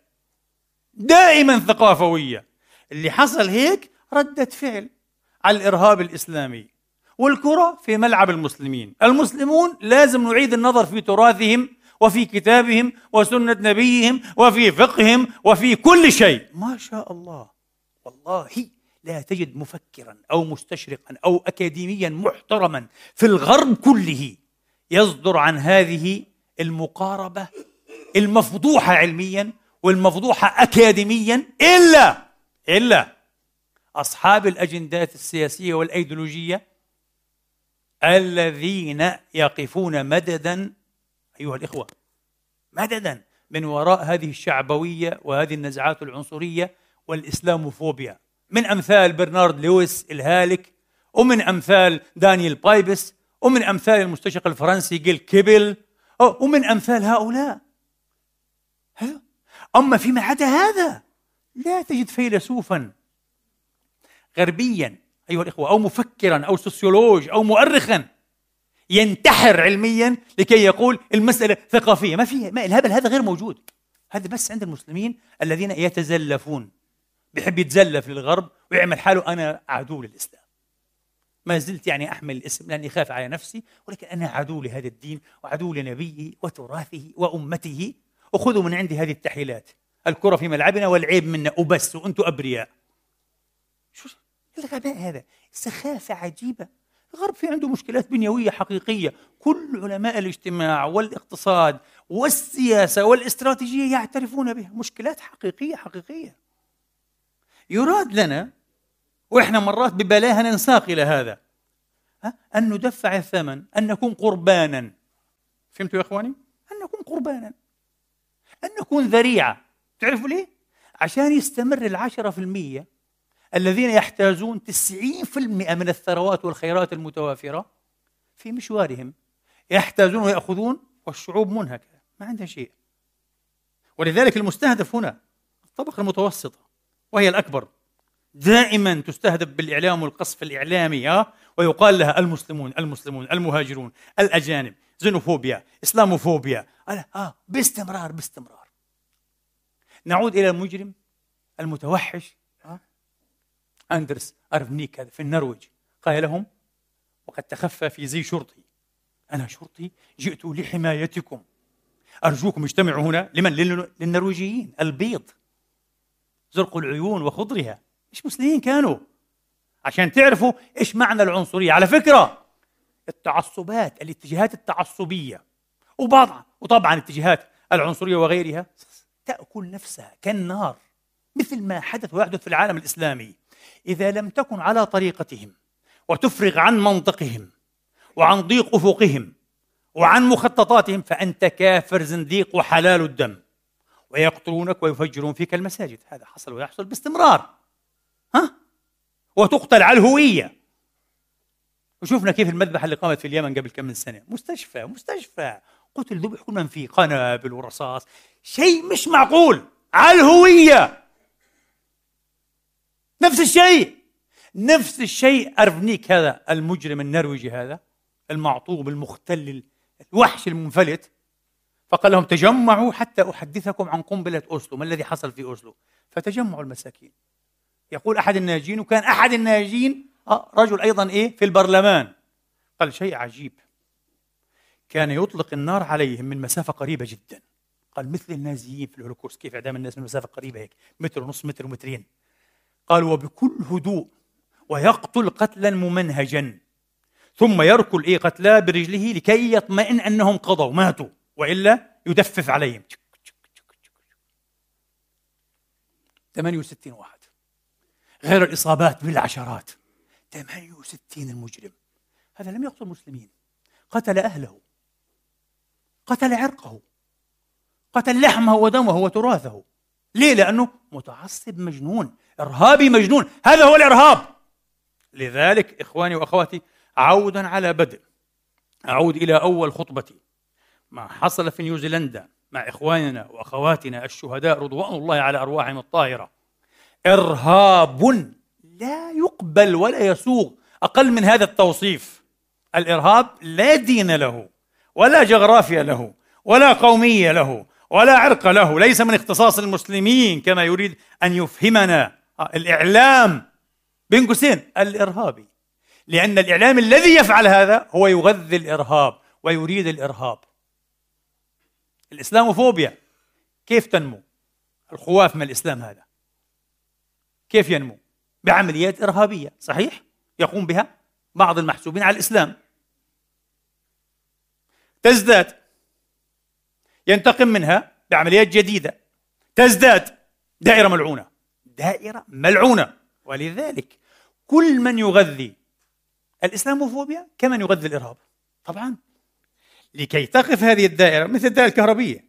دائما ثقافوية. اللي حصل هيك ردة فعل على الإرهاب الإسلامي، والكرة في ملعب المسلمين. المسلمون لازم نعيد النظر في تراثهم وفي كتابهم وسنة نبيهم وفي فقههم وفي كل شيء. ما شاء الله، والله لا تجد مفكرا أو مستشرقا أو أكاديميا محترما في الغرب كله يصدر عن هذه المقاربة المفضوحة علميا والمفضوحة أكاديميا إلا إلا أصحاب الأجندات السياسية والأيديولوجية الذين يقفون مددا أيها الإخوة، مددا من وراء هذه الشعبوية وهذه النزعات العنصرية والإسلاموفوبيا، من أمثال برنارد لويس الهالك، ومن أمثال دانيال بايبس، ومن أمثال المستشرق الفرنسي جيل كيبل، ومن أمثال هؤلاء. أما فيما عدا هذا لا تجد فيلسوفا غربيا أيها الإخوة، أو مفكرا أو سوسيولوج أو مؤرخا ينتحر علميا لكي يقول المسألة ثقافية، ما فيها، ما الهبل هذا غير موجود. هذا بس عند المسلمين الذين يتزلفون، بيحب يتزلف للغرب ويعمل حاله أنا عدو للإسلام. ما زلت يعني أحمل الاسم لأني خاف على نفسي، ولكن أنا عدو لهذا الدين وعدو لنبيه وتراثه وأمته، وخذوا من عندي هذه التحليلات، الكرة في ملعبنا والعيب منا وبس، وأنتم أبرياء. شو الغباء هذا؟ سخافة عجيبة. الغرب في عنده مشكلات بنيوية حقيقية، كل علماء الاجتماع والاقتصاد والسياسة والاستراتيجية يعترفون بها، مشكلات حقيقية حقيقية. يراد لنا وإحنا مرات ببلاها ننساق إلى هذا، أن ندفع الثمن، أن نكون قربانا. فهمتوا يا إخواني؟ أن نكون قربانا، أن نكون ذريعة. تعرفوا ليه؟ عشان يستمر العشرة في المية الذين يحتاجون تسعين في المئة من الثروات والخيرات المتوافرة في مشوارهم، يحتاجون ويأخذون، والشعوب منهكة ما عندها شيء. ولذلك المستهدف هنا الطبقة المتوسطة، وهي الأكبر، دائما تستهدف بالإعلام والقصف الإعلامي، آه؟ ويقال لها المسلمون المسلمون المهاجرون الأجانب، زينوفوبيا، إسلاموفوبيا، آه باستمرار باستمرار. نعود إلى المجرم المتوحش آه؟ أندرس أرفنيك هذا في النرويج، قال لهم وقد تخفى في زي شرطي، أنا شرطي جئت لحمايتكم، أرجوكم اجتمعوا هنا. لمن؟ للنرويجيين البيض، زرق العيون وخضرها، مش مسلمين كانوا. عشان تعرفوا إيش معنى العنصرية. على فكرة التعصبات، الاتجاهات التعصبية وبعض وطبعا اتجاهات العنصرية وغيرها تأكل نفسها كالنار، مثل ما حدث ويحدث في العالم الإسلامي. إذا لم تكن على طريقتهم وتفرغ عن منطقهم وعن ضيق أفقهم وعن مخططاتهم فأنت كافر زنديق وحلال الدم، ويقتلونك ويفجرون فيك المساجد. هذا حصل ويحصل باستمرار، ها؟ وتقتل على الهوية. وشوفنا كيف المذبحة اللي قامت في اليمن قبل كم من سنة، مستشفى مستشفى قتل ذبح كل من فيه، قنابل ورصاص، شيء مش معقول، على الهوية. نفس الشيء نفس الشيء أرفنيك هذا المجرم النرويجي هذا المعطوب المختل الوحش المنفلت، فقال لهم تجمعوا حتى أحدثكم عن قنبلة أوسلو، ما الذي حصل في أوسلو. فتجمعوا المساكين. يقول أحد الناجين، وكان أحد الناجين رجل أيضا إيه في البرلمان، قال شيء عجيب، كان يطلق النار عليهم من مسافة قريبة جدا. قال مثل النازيين في الهولوكوست، كيف إعدام الناس من مسافة قريبة هيك، متر ونص متر ومترين. قال وبكل هدوء، ويقتل قتلا ممنهجا، ثم يركل إيه قتلاه برجله لكي يطمئن أنهم قضوا ماتوا، وإلا يدفف عليهم. ثمانية وستين واحد، غير الإصابات بالعشرات. ثمانية وستين المجرم هذا لم يقتل مسلمين، قتل أهله، قتل عرقه، قتل لحمه ودمه وتراثه. ليه؟ لأنه متعصب مجنون، إرهابي مجنون، هذا هو الإرهاب. لذلك إخواني وأخواتي، عودا على بدء، أعود إلى أول خطبتي، ما حصل في نيوزيلندا مع إخواننا وأخواتنا الشهداء رضوان الله على أرواحهم الطاهرة، إرهاب لا يقبل ولا يسوغ أقل من هذا التوصيف. الإرهاب لا دين له ولا جغرافيا له ولا قومية له ولا عرق له، ليس من اختصاص المسلمين كما يريد أن يفهمنا الإعلام بين قوسين الإرهابي، لأن الإعلام الذي يفعل هذا هو يغذي الإرهاب ويريد الإرهاب. الإسلاموفوبيا كيف تنمو؟ الخواف من الإسلام هذا كيف ينمو؟ بعمليات إرهابية، صحيح؟ يقوم بها بعض المحسوبين على الإسلام، تزداد، ينتقم منها بعمليات جديدة، تزداد، دائرة ملعونة، دائرة ملعونة. ولذلك كل من يغذي الإسلاموفوبيا كمن يغذي الإرهاب. طبعا لكي تقف هذه الدائرة مثل الدائرة الكهربية،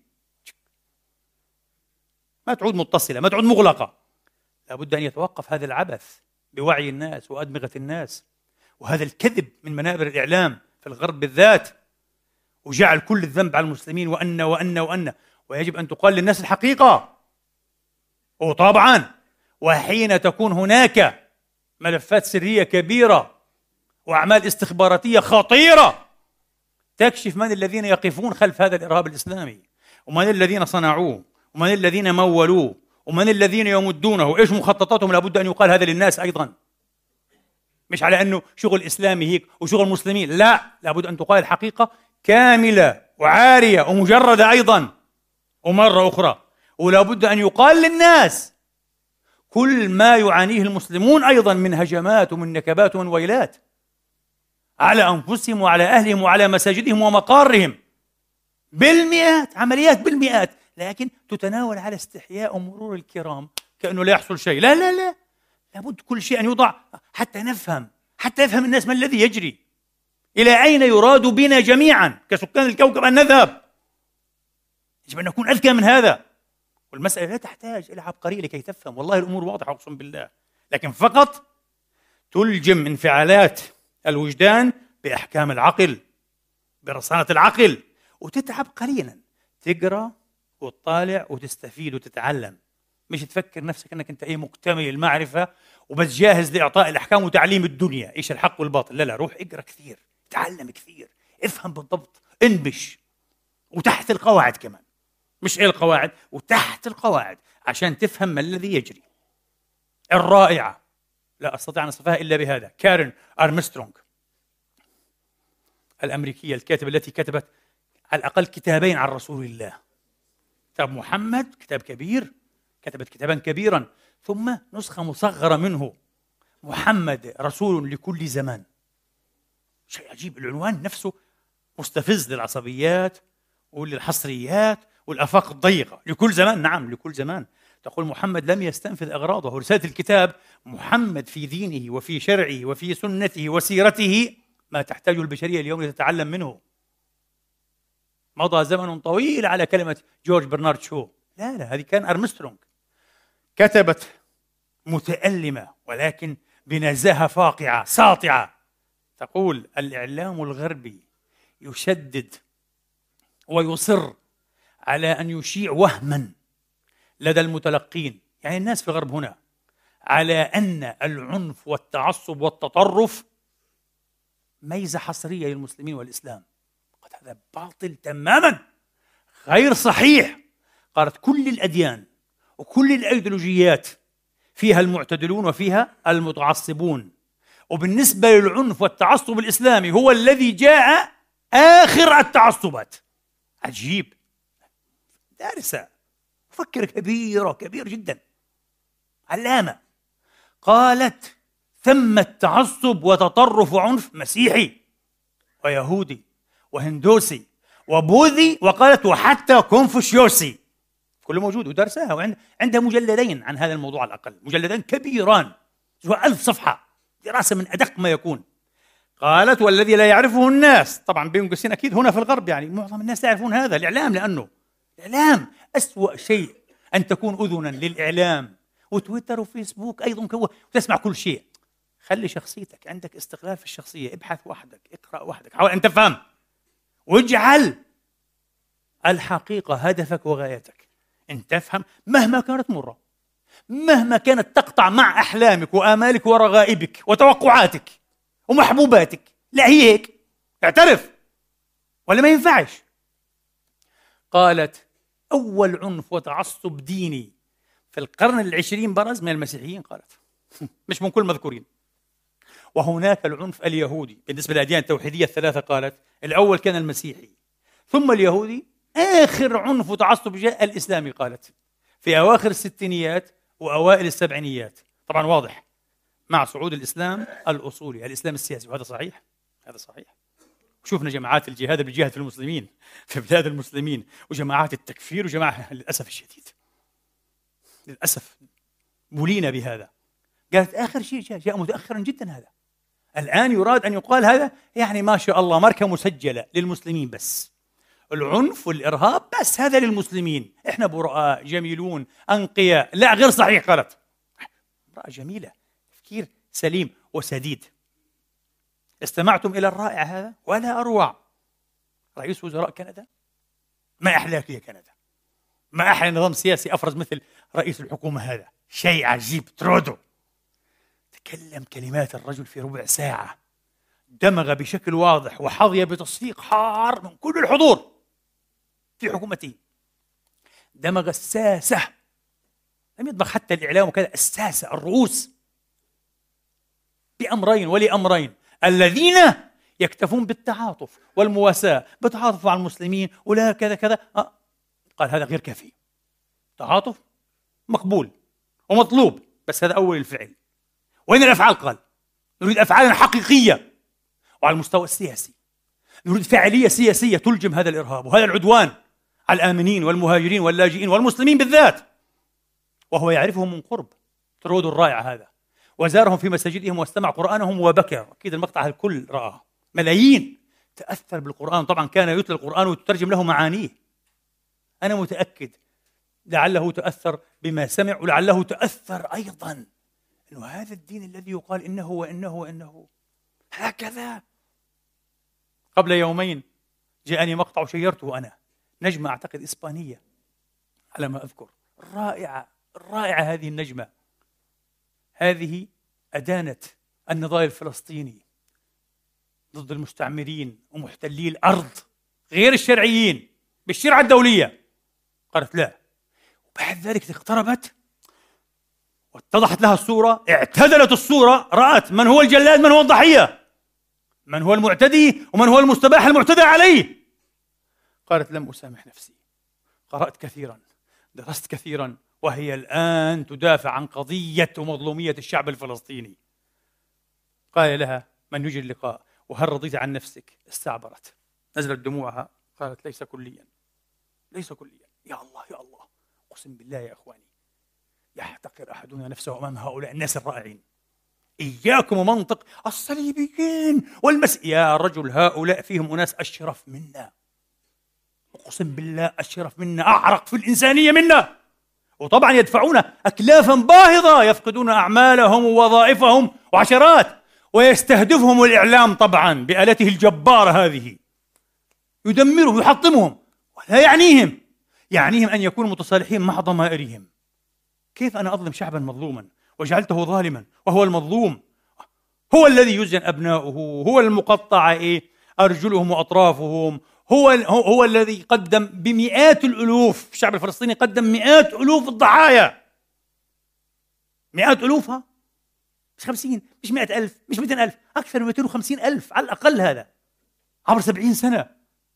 ما تعود متصلة، ما تعود مغلقة، لابد أن يتوقف هذا العبث بوعي الناس وأدمغة الناس، وهذا الكذب من منابر الإعلام في الغرب بالذات، وجعل كل الذنب على المسلمين، وأن وأن وأن ويجب أن تقال للناس الحقيقة. وطبعا وحين تكون هناك ملفات سرية كبيرة وأعمال استخباراتية خطيرة تكشف من الذين يقفون خلف هذا الإرهاب الإسلامي، ومن الذين صنعوه، ومن الذين مولوه، ومن الذين يمدونه، إيش مخططاتهم. لابد أن يقال هذا للناس أيضا، مش على أنه شغل إسلامي هيك وشغل مسلمين، لا، لابد أن تقال الحقيقة كاملة وعارية ومجردة أيضا ومرة أخرى. ولابد أن يقال للناس كل ما يعانيه المسلمون أيضا من هجمات ومن نكبات ومن ويلات على أنفسهم وعلى أهلهم وعلى مساجدهم ومقارهم، بالمئات، عمليات بالمئات، لكن تتناول على استحياء ومرور الكرام كأنه لا يحصل شيء. لا لا لا، لابد كل شيء أن يوضع حتى نفهم، حتى يفهم الناس ما الذي يجري، إلى أين يراد بنا جميعا كسكان الكوكب أن نذهب. يجب أن نكون أذكى من هذا، والمسألة لا تحتاج إلى عبقرية لكي تفهم، والله الأمور واضحة أقسم بالله، لكن فقط تلجم انفعالات الوجدان بأحكام العقل، برصانة العقل، وتتعب قليلا، تقرأ وتطالع وتستفيد وتتعلم، مش تفكر نفسك أنك أنت أي مكتمل المعرفة وبس جاهز لإعطاء الأحكام وتعليم الدنيا إيش الحق والباطل. لا لا، روح اقرأ كثير، تعلم كثير، افهم بالضبط، انبش، وتحت القواعد كمان، مش إيه القواعد، وتحت القواعد، عشان تفهم ما الذي يجري. الرائعة، لا أستطيع أن أصفها إلا بهذا، كارين أرمسترونغ الأمريكية الكاتبة التي كتبت على الأقل كتابين عن رسول الله، كتاب محمد كتاب كبير، كتبت كتابا كبيرا، ثم نسخة مصغرة منه، محمد رسول لكل زمان. شيء عجيب، العنوان نفسه مستفز للعصبيات وللحصريات والآفاق الضيقة. لكل زمان، نعم لكل زمان. تقول محمد لم يستنفذ أغراضه، ورسالة الكتاب محمد في دينه وفي شرعه وفي سنته وسيرته ما تحتاج البشرية اليوم لتتعلم منه. مضى زمن طويل على كلمة جورج برنارد شو، لا لا، هذه كان أرمسترونغ، كتبت متألمة ولكن بنزاهة فاقعة ساطعة. تقول الإعلام الغربي يشدد ويصر على أن يشيع وهما لدى المتلقين، يعني الناس في الغرب هنا، على أن العنف والتعصب والتطرف ميزة حصرية للمسلمين والإسلام. قد هذا باطل تماما، غير صحيح. قالت كل الأديان وكل الأيديولوجيات فيها المعتدلون وفيها المتعصبون، وبالنسبة للعنف والتعصب الإسلامي هو الذي جاء آخر التعصبات. عجيب، دارسة، مفكرة كبيرة، كبير جدا، علامة. قالت ثم التعصب وتطرف وعنف مسيحي ويهودي وهندوسي وبوذي، وقالت وحتى كونفوشيوسي، كله موجود ودرسها، وعندها مجلدين عن هذا الموضوع على الأقل، مجلدين كبيران ألف صفحة، دراسة من أدق ما يكون. قالت والذي لا يعرفه الناس، طبعا بين قوسين أكيد هنا في الغرب يعني معظم الناس لا يعرفون هذا، الإعلام، لأنه الإعلام أسوأ شيء أن تكون أذنا للإعلام، وتويتر وفيسبوك أيضا كوه، وتسمع كل شيء. خلي شخصيتك، عندك استقلال في الشخصية، ابحث وحدك، اقرأ وحدك، حاول أن تفهم، واجعل الحقيقة هدفك وغايتك. أن تفهم مهما كانت مرة، مهما كانت تقطع مع أحلامك وآمالك ورغائبك وتوقعاتك ومحبوباتك، لا هي هيك، اعترف ولا ما ينفعش. قالت أول عنف وتعصب ديني في القرن العشرين برز من المسيحيين، قالت مش من كل مذكورين. وهناك العنف اليهودي بالنسبة للأديان التوحيدية الثلاثة، قالت الأول كان المسيحي ثم اليهودي، آخر عنف وتعصب جاء الإسلامي، قالت في أواخر الستينيات وأوائل السبعينيات. طبعا واضح مع صعود الإسلام الأصولي، الإسلام السياسي، وهذا صحيح، هذا صحيح. شوفنا جماعات الجهاد اللي بتجاهد في المسلمين في بلاد المسلمين، وجماعات التكفير، وجماعة للأسف الشديد، للأسف بولينا بهذا. قالت آخر شيء جاء, جاء متأخرا جدا. هذا الآن يراد أن يقال هذا يعني ما شاء الله ماركة مسجلة للمسلمين بس، العنف والإرهاب بس هذا للمسلمين، إحنا براء جميلون أنقياء. لا، غير صحيح. قالت امرأة جميلة، تفكير سليم وسديد. استمعتم إلى الرائع هذا ولا أروع؟ رئيس وزراء كندا، ما أحلاك يا كندا، ما أحلى نظام سياسي أفرز مثل رئيس الحكومة هذا، شيء عجيب. ترودو تكلم كلمات الرجل في ربع ساعة، دمغ بشكل واضح وحظي بتصفيق حار من كل الحضور في حكومته. دمغ الساسة، لم يدمغ حتى الإعلام وكذا، الساسة الرؤوس بأمرين ولأمرين: الذين يكتفون بالتعاطف والمواساة، بتعاطف مع المسلمين ولا كذا كذا. آه. قال هذا غير كافي. تعاطف مقبول ومطلوب، بس هذا أول الفعل. وين الأفعال؟ قال نريد أفعالا حقيقية. وعلى المستوى السياسي نريد فاعلية سياسية تلجم هذا الإرهاب وهذا العدوان على الآمنين والمهاجرين واللاجئين والمسلمين بالذات، وهو يعرفهم من قرب. ترود الرائع هذا، وزارهم في مساجدهم واستمع قرآنهم وبكى. أكيد المقطع الكل رآه، ملايين تأثر بالقرآن. طبعا كان يتلى القرآن وتترجم له معانيه. أنا متأكد لعله تأثر بما سمع، ولعله تأثر أيضا أنه هذا الدين الذي يقال إنه وإنه وإنه هكذا. قبل يومين جاءني مقطع شيرته أنا، نجمة أعتقد إسبانية على ما أذكر، رائعة رائعة هذه النجمة. هذه أدانت النضال الفلسطيني ضد المستعمرين ومحتلي الأرض غير الشرعيين بالشرعة الدولية. قالت لا، وبعد ذلك اقتربت واتضحت لها الصورة، اعتدلت الصورة، رأت من هو الجلاد، من هو الضحية، من هو المعتدي ومن هو المستباح المعتدى عليه. قالت لم أسامح نفسي، قرأت كثيرا، درست كثيرا، وهي الآن تدافع عن قضية ومظلومية الشعب الفلسطيني. قال لها من يجري اللقاء وهل رضيت عن نفسك؟ استعبرت، نزلت دموعها، قالت ليس كليا، ليس كليا. يا الله يا الله، أقسم بالله يا أخواني يحتقر أحدنا نفسه أمام هؤلاء الناس الرائعين. إياكم ومنطق الصليبيين والمس، يا رجل هؤلاء فيهم أناس أشرف منا، أقسم بالله أشرف منا، أعرق في الإنسانية منا، وطبعا يدفعون أكلافا باهظة، يفقدون أعمالهم ووظائفهم وعشرات، ويستهدفهم الإعلام طبعا بآلته الجبارة هذه، يدمرهم يحطمهم، ولا يعنيهم يعنيهم أن يكونوا متصالحين مع ضمائرهم. كيف أنا أظلم شعبا مظلوما وجعلته ظالما وهو المظلوم، هو الذي يزن أبناؤه، هو المقطع إيه أرجلهم وأطرافهم، هو هو, هو الذي قدم بمئات الألوف، الشعب الفلسطيني قدم مئات ألوف الضحايا، مئات ألوفها، مش خمسين، مش مئة ألف، مش مئتين ألف، أكثر من مئتين وخمسين ألف على الأقل، هذا عبر سبعين سنة،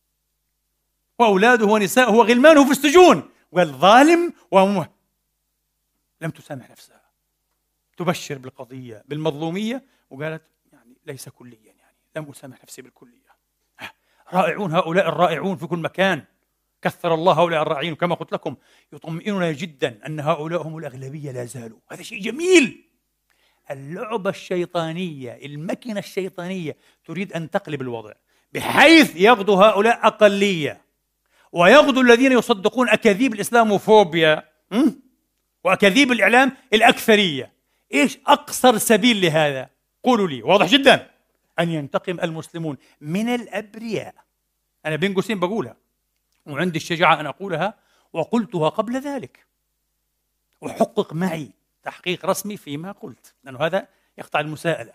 وأولاده ونساءه وغلمانه في السجون، وقال ظالم ومه. لم تسامح نفسها، تبشر بالقضية بالمظلومية، وقالت يعني ليس كليا، يعني لم أسامح نفسي بالكلية. رائعون هؤلاء الرائعون في كل مكان، كثر الله هؤلاء الرائعين. وكما قلت لكم يطمئننا جدا أن هؤلاء هم الأغلبية لا زالوا، هذا شيء جميل. اللعبة الشيطانية، المكنة الشيطانية تريد أن تقلب الوضع بحيث يغدو هؤلاء أقلية ويغدو الذين يصدقون أكاذيب الإسلاموفوبيا وأكاذيب الإعلام الأكثرية. إيش أقصر سبيل لهذا؟ قولوا لي، واضح جدا، أن ينتقم المسلمون من الأبرياء. أنا بين قوسين بقولها وعندي الشجاعة أن أقولها، وقلتها قبل ذلك، وحقق معي تحقيق رسمي فيما قلت، لأنه هذا يقطع المساءلة.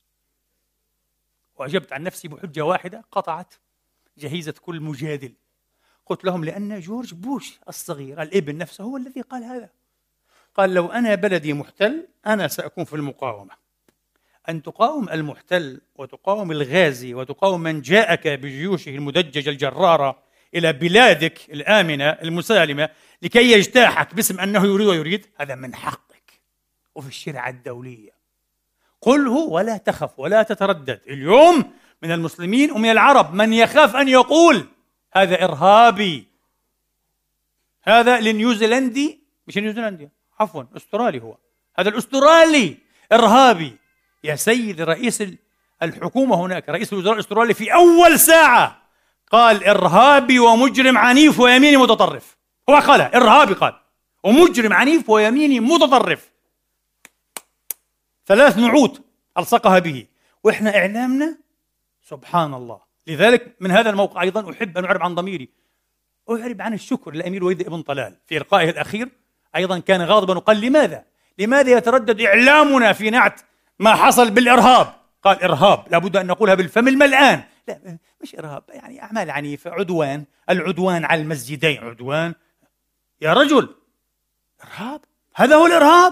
وأجبت عن نفسي بحجة واحدة قطعت جهيزة كل مجادل. قلت لهم لأن جورج بوش الصغير الابن نفسه هو الذي قال هذا، قال لو أنا بلدي محتل أنا سأكون في المقاومة. أن تقاوم المحتل وتقاوم الغازي وتقاوم من جاءك بجيوشه المدججة الجرارة إلى بلادك الآمنة المسالمة لكي يجتاحك باسم أنه يريد ويريد، هذا من حقك وفي الشريعة الدولية. قله ولا تخف ولا تتردد. اليوم من المسلمين ومن العرب من يخاف أن يقول هذا إرهابي، هذا النيوزيلندي، مش النيوزيلندي عفوا أسترالي، هو هذا الأسترالي إرهابي. يا سيد رئيس الحكومة هناك، رئيس الوزراء الأسترالي في أول ساعة قال إرهابي ومجرم عنيف ويميني متطرف، هو قال إرهابي، قال ومجرم عنيف ويميني متطرف، ثلاث نعوت ألصقها به. وإحنا إعلامنا سبحان الله. لذلك من هذا الموقع أيضا أحب أن أعرب عن ضميري، أعرب عن الشكر للأمير وليد ابن طلال في إلقائه الأخير، أيضا كان غاضبا وقال لماذا لماذا يتردد إعلامنا في نعت ما حصل بالإرهاب، قال إرهاب لابد أن نقولها بالفم الملآن، لا مش إرهاب، يعني أعمال عنيفة، عدوان، العدوان على المسجدين عدوان، يا رجل إرهاب، هذا هو الإرهاب.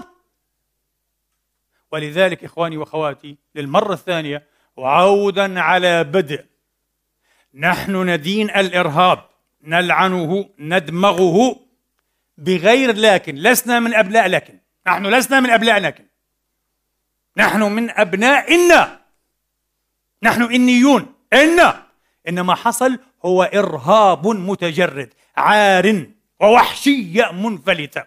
ولذلك إخواني وأخواتي للمرة الثانية وعودا على بدء، نحن ندين الإرهاب، نلعنه، ندمغه بغير لكن، لسنا من أبناء لكن، نحن لسنا من أبناء لكن، نحن من أبناء إنا، نحن إنيون إنا، إنما حصل هو إرهاب متجرد عار ووحشية منفلتة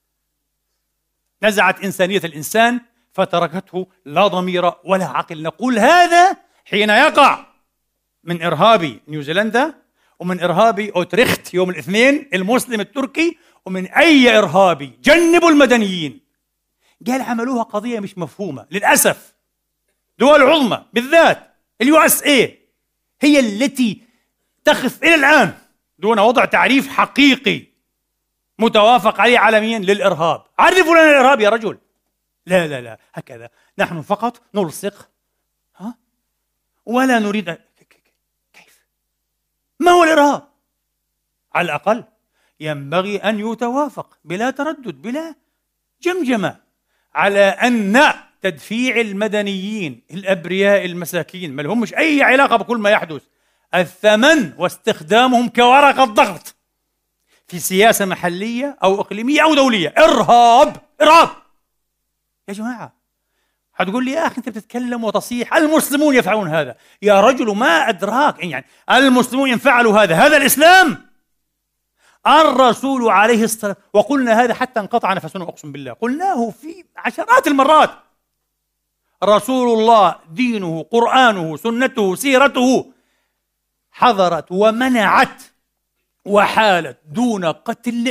نزعت إنسانية الإنسان فتركته لا ضمير ولا عقل. نقول هذا حين يقع من إرهابي نيوزيلندا ومن إرهابي أوتريخت يوم الاثنين المسلم التركي ومن أي إرهابي جنبوا المدنيين. قال عملوها قضية مش مفهومة للأسف. دول عظمى بالذات اليو اس اي هي التي تخف إلى الآن دون وضع تعريف حقيقي متوافق عليه عالميا للإرهاب. عرفوا لنا الإرهاب يا رجل. لا لا لا هكذا نحن فقط نلصق ها ولا نريد أ... كيف؟ ما هو الإرهاب؟ على الأقل ينبغي أن يتوافق بلا تردد بلا جمجمة على أن تدفيع المدنيين الأبرياء المساكين ما لهمش أي علاقة بكل ما يحدث الثمن واستخدامهم كورقة ضغط في سياسة محلية أو إقليمية أو دولية إرهاب. إرهاب يا جماعة. هتقول لي يا أخي أنت بتتكلم وتصيح المسلمون يفعلون هذا. يا رجل ما أدراك يعني المسلمون يفعلوا هذا. هذا الإسلام. الرسول عليه الصلاة وقلنا هذا حتى انقطع نفسنا أقسم بالله قلناه في عشرات المرات. رسول الله دينه قرآنه سنته سيرته حضرت ومنعت وحالت دون قتل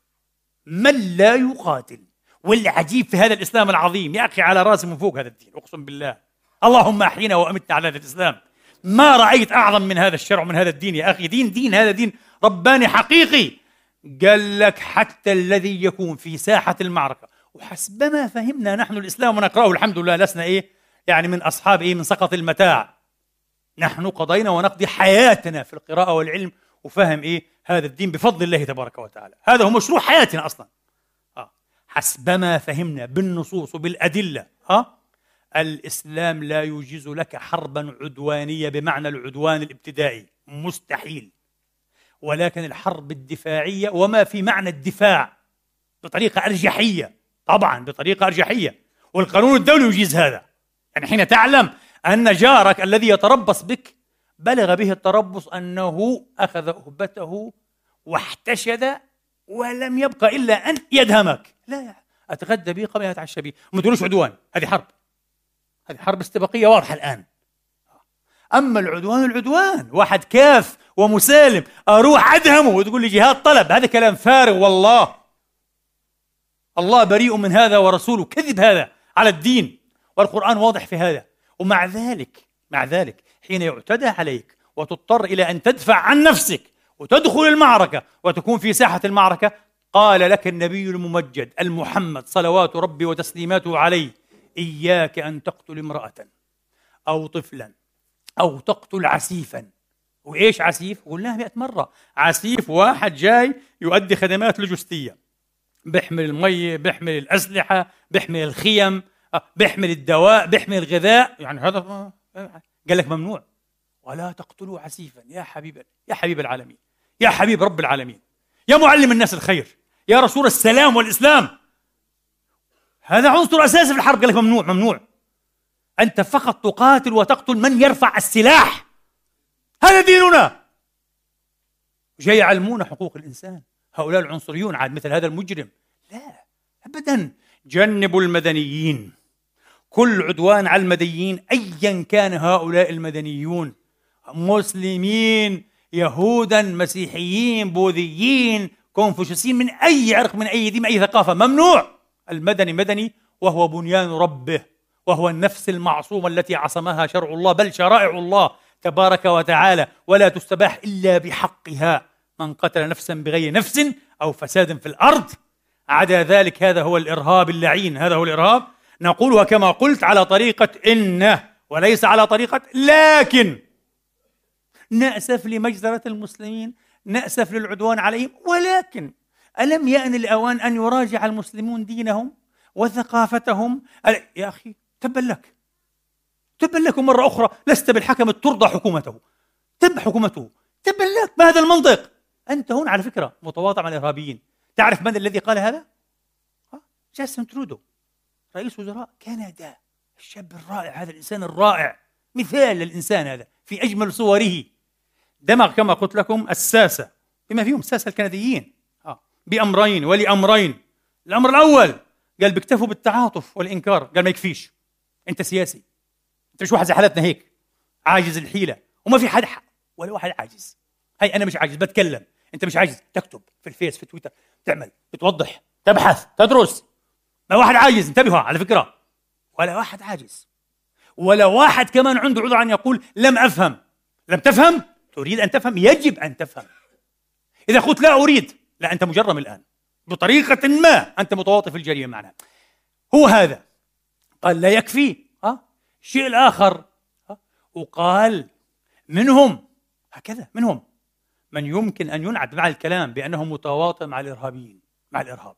من لا يقاتل. والعجيب في هذا الإسلام العظيم يا أخي على راسي من فوق هذا الدين أقسم بالله اللهم أحينا وأمتنا على هذا الإسلام. ما رأيت أعظم من هذا الشرع ومن هذا الدين يا أخي. دين دين هذا دين رباني حقيقي. قال لك حتى الذي يكون في ساحة المعركة وحسبما فهمنا نحن الإسلام ونقرأه الحمد لله لسنا إيه يعني من أصحاب إيه من سقط المتاع. نحن قضينا ونقضي حياتنا في القراءة والعلم وفهم إيه هذا الدين بفضل الله تبارك وتعالى. هذا هو مشروع حياتنا أصلا. آه. حسبما فهمنا بالنصوص وبالأدلة آه. الإسلام لا يجيز لك حربا عدوانية بمعنى العدوان الابتدائي مستحيل. ولكن الحرب الدفاعية وما في معنى الدفاع بطريقة أرجحية طبعا بطريقة أرجحية والقانون الدولي يجيز هذا. يعني حين تعلم أن جارك الذي يتربص بك بلغ به التربص أنه أخذ أهبته واحتشد ولم يبقى إلا أن يدهمك. لا أتغدى به قبل أن أتعشى به. ما تقولوش عدوان. هذه حرب. هذه حرب استباقية واضحة الآن. أما العدوان العدوان واحد كاف ومسالم أروح أدهمه وتقول لي جهاد طلب. هذا كلام فارغ والله. الله بريء من هذا ورسوله. كذب هذا على الدين والقرآن واضح في هذا. ومع ذلك مع ذلك حين يعتدى عليك وتضطر إلى أن تدفع عن نفسك وتدخل المعركة وتكون في ساحة المعركة قال لك النبي الممجد المحمد صلوات ربي وتسليماته عليه إياك أن تقتل امرأة أو طفلا أو تقتل عسيفا. وإيش عسيف؟ قلناها مئة مرة. عسيف واحد جاي يؤدي خدمات لوجستية بيحمل المية بيحمل الأسلحة بيحمل الخيم بيحمل الدواء بيحمل الغذاء. يعني هذا قال لك ممنوع. ولا تقتلوا عسيفا. يا حبيب يا حبيب العالمين يا حبيب رب العالمين يا معلم الناس الخير يا رسول السلام والإسلام. هذا عنصر أساسي في الحرب. قال لك ممنوع ممنوع. أنت فقط تقاتل وتقتل من يرفع السلاح. هذا ديننا. جاي يعلمون حقوق الإنسان هؤلاء العنصريون عاد مثل هذا المجرم. لا أبدا. جنبوا المدنيين. كل عدوان على المدنيين أيا كان هؤلاء المدنيون مسلمين يهودا مسيحيين بوذيين كونفوشيسيين من أي عرق من أي دين من أي ثقافة ممنوع. المدني مدني وهو بنيان ربه وهو النفس المعصومة التي عصمها شرع الله بل شرائع الله تبارك وتعالى ولا تستباح إلا بحقها. من قتل نفسا بغير نفس أو فساد في الأرض عدا ذلك هذا هو الإرهاب اللعين. هذا هو الإرهاب. نقولها كما قلت على طريقة إن وليس على طريقة لكن. نأسف لمجزرة المسلمين، نأسف للعدوان عليهم، ولكن ألم يأن الأوان أن يراجع المسلمون دينهم وثقافتهم؟ يا أخي تبا لك، تبا لكم مرة أخرى، لست بالحكم ترضى حكومته، تب حكومته، تبا لك. ما هذا المنطق؟ أنت هنا على فكرة متواضع مع الإرهابيين. تعرف من الذي قال هذا؟ جاستن ترودو رئيس وزراء كندا، الشاب الرائع هذا، الإنسان الرائع، مثال للإنسان هذا في أجمل صوره. دمغ كما قلت لكم الساسة بما فيهم الساسة الكنديين بأمرين ولأمرين. الأمر الأول قال بيكتفوا بالتعاطف والإنكار، قال ما يكفيش، أنت سياسي، أنت مش واحد زي حالتنا هيك عاجز الحيلة وما في حد حق ولا واحد عاجز. هي أنا مش عاجز بتكلم، أنت مش عاجز تكتب في الفيس في تويتر، تعمل، بتوضح، تبحث، تدرس. ما واحد عاجز، انتبهوا على فكرة، ولا واحد عاجز، ولا واحد كمان عنده عذر أن يقول لم أفهم. لم تفهم؟ تريد أن تفهم، يجب أن تفهم. إذا قلت لا أريد، لا أنت مجرم الآن بطريقة ما، أنت متواطئ في الجريمة معنا. هو هذا قال لا يكفي. ها الشيء الآخر، ها؟ وقال منهم هكذا، منهم من يمكن أن ينعت مع الكلام بأنه متواطئ مع الإرهابيين، مع الإرهاب.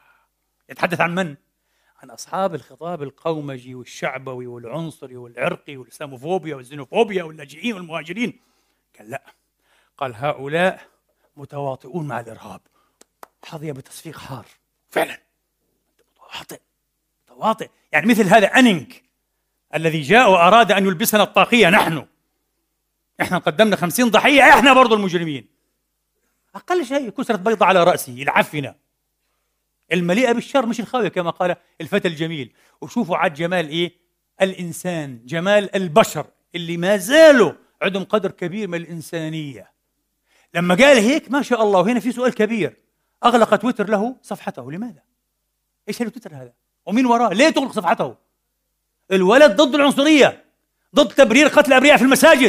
يتحدث عن من؟ عن أصحاب الخطاب القومجي والشعبوي والعنصري والعرقي والإسلاموفوبيا والزينوفوبيا واللاجئين والمهاجرين. قال لا، قال هؤلاء متواطئون مع الإرهاب. حظي بتصفيق حار، فعلا متواطئ، متواطئ. يعني مثل هذا أنينك الذي جاء وأراد أن يلبسنا الطاقية، نحن إحنا قدمنا خمسين ضحية، إحنا برضو المجرمين. أقل شيء كسرت بيضة على رأسه العفنة المليئة بالشر، مش الخاوية كما قال الفتى الجميل. وشوفوا عاد جمال إيه؟ الإنسان، جمال البشر اللي ما زالوا عندهم قدر كبير من الإنسانية. لما قال هيك ما شاء الله. وهنا في سؤال كبير، أغلق تويتر له صفحته، لماذا؟ إيش هالتويتر هذا؟ ومين وراه؟ ليه تغلق صفحته؟ الولد ضد العنصرية، ضد تبرير قتل الأبرياء في المساجد،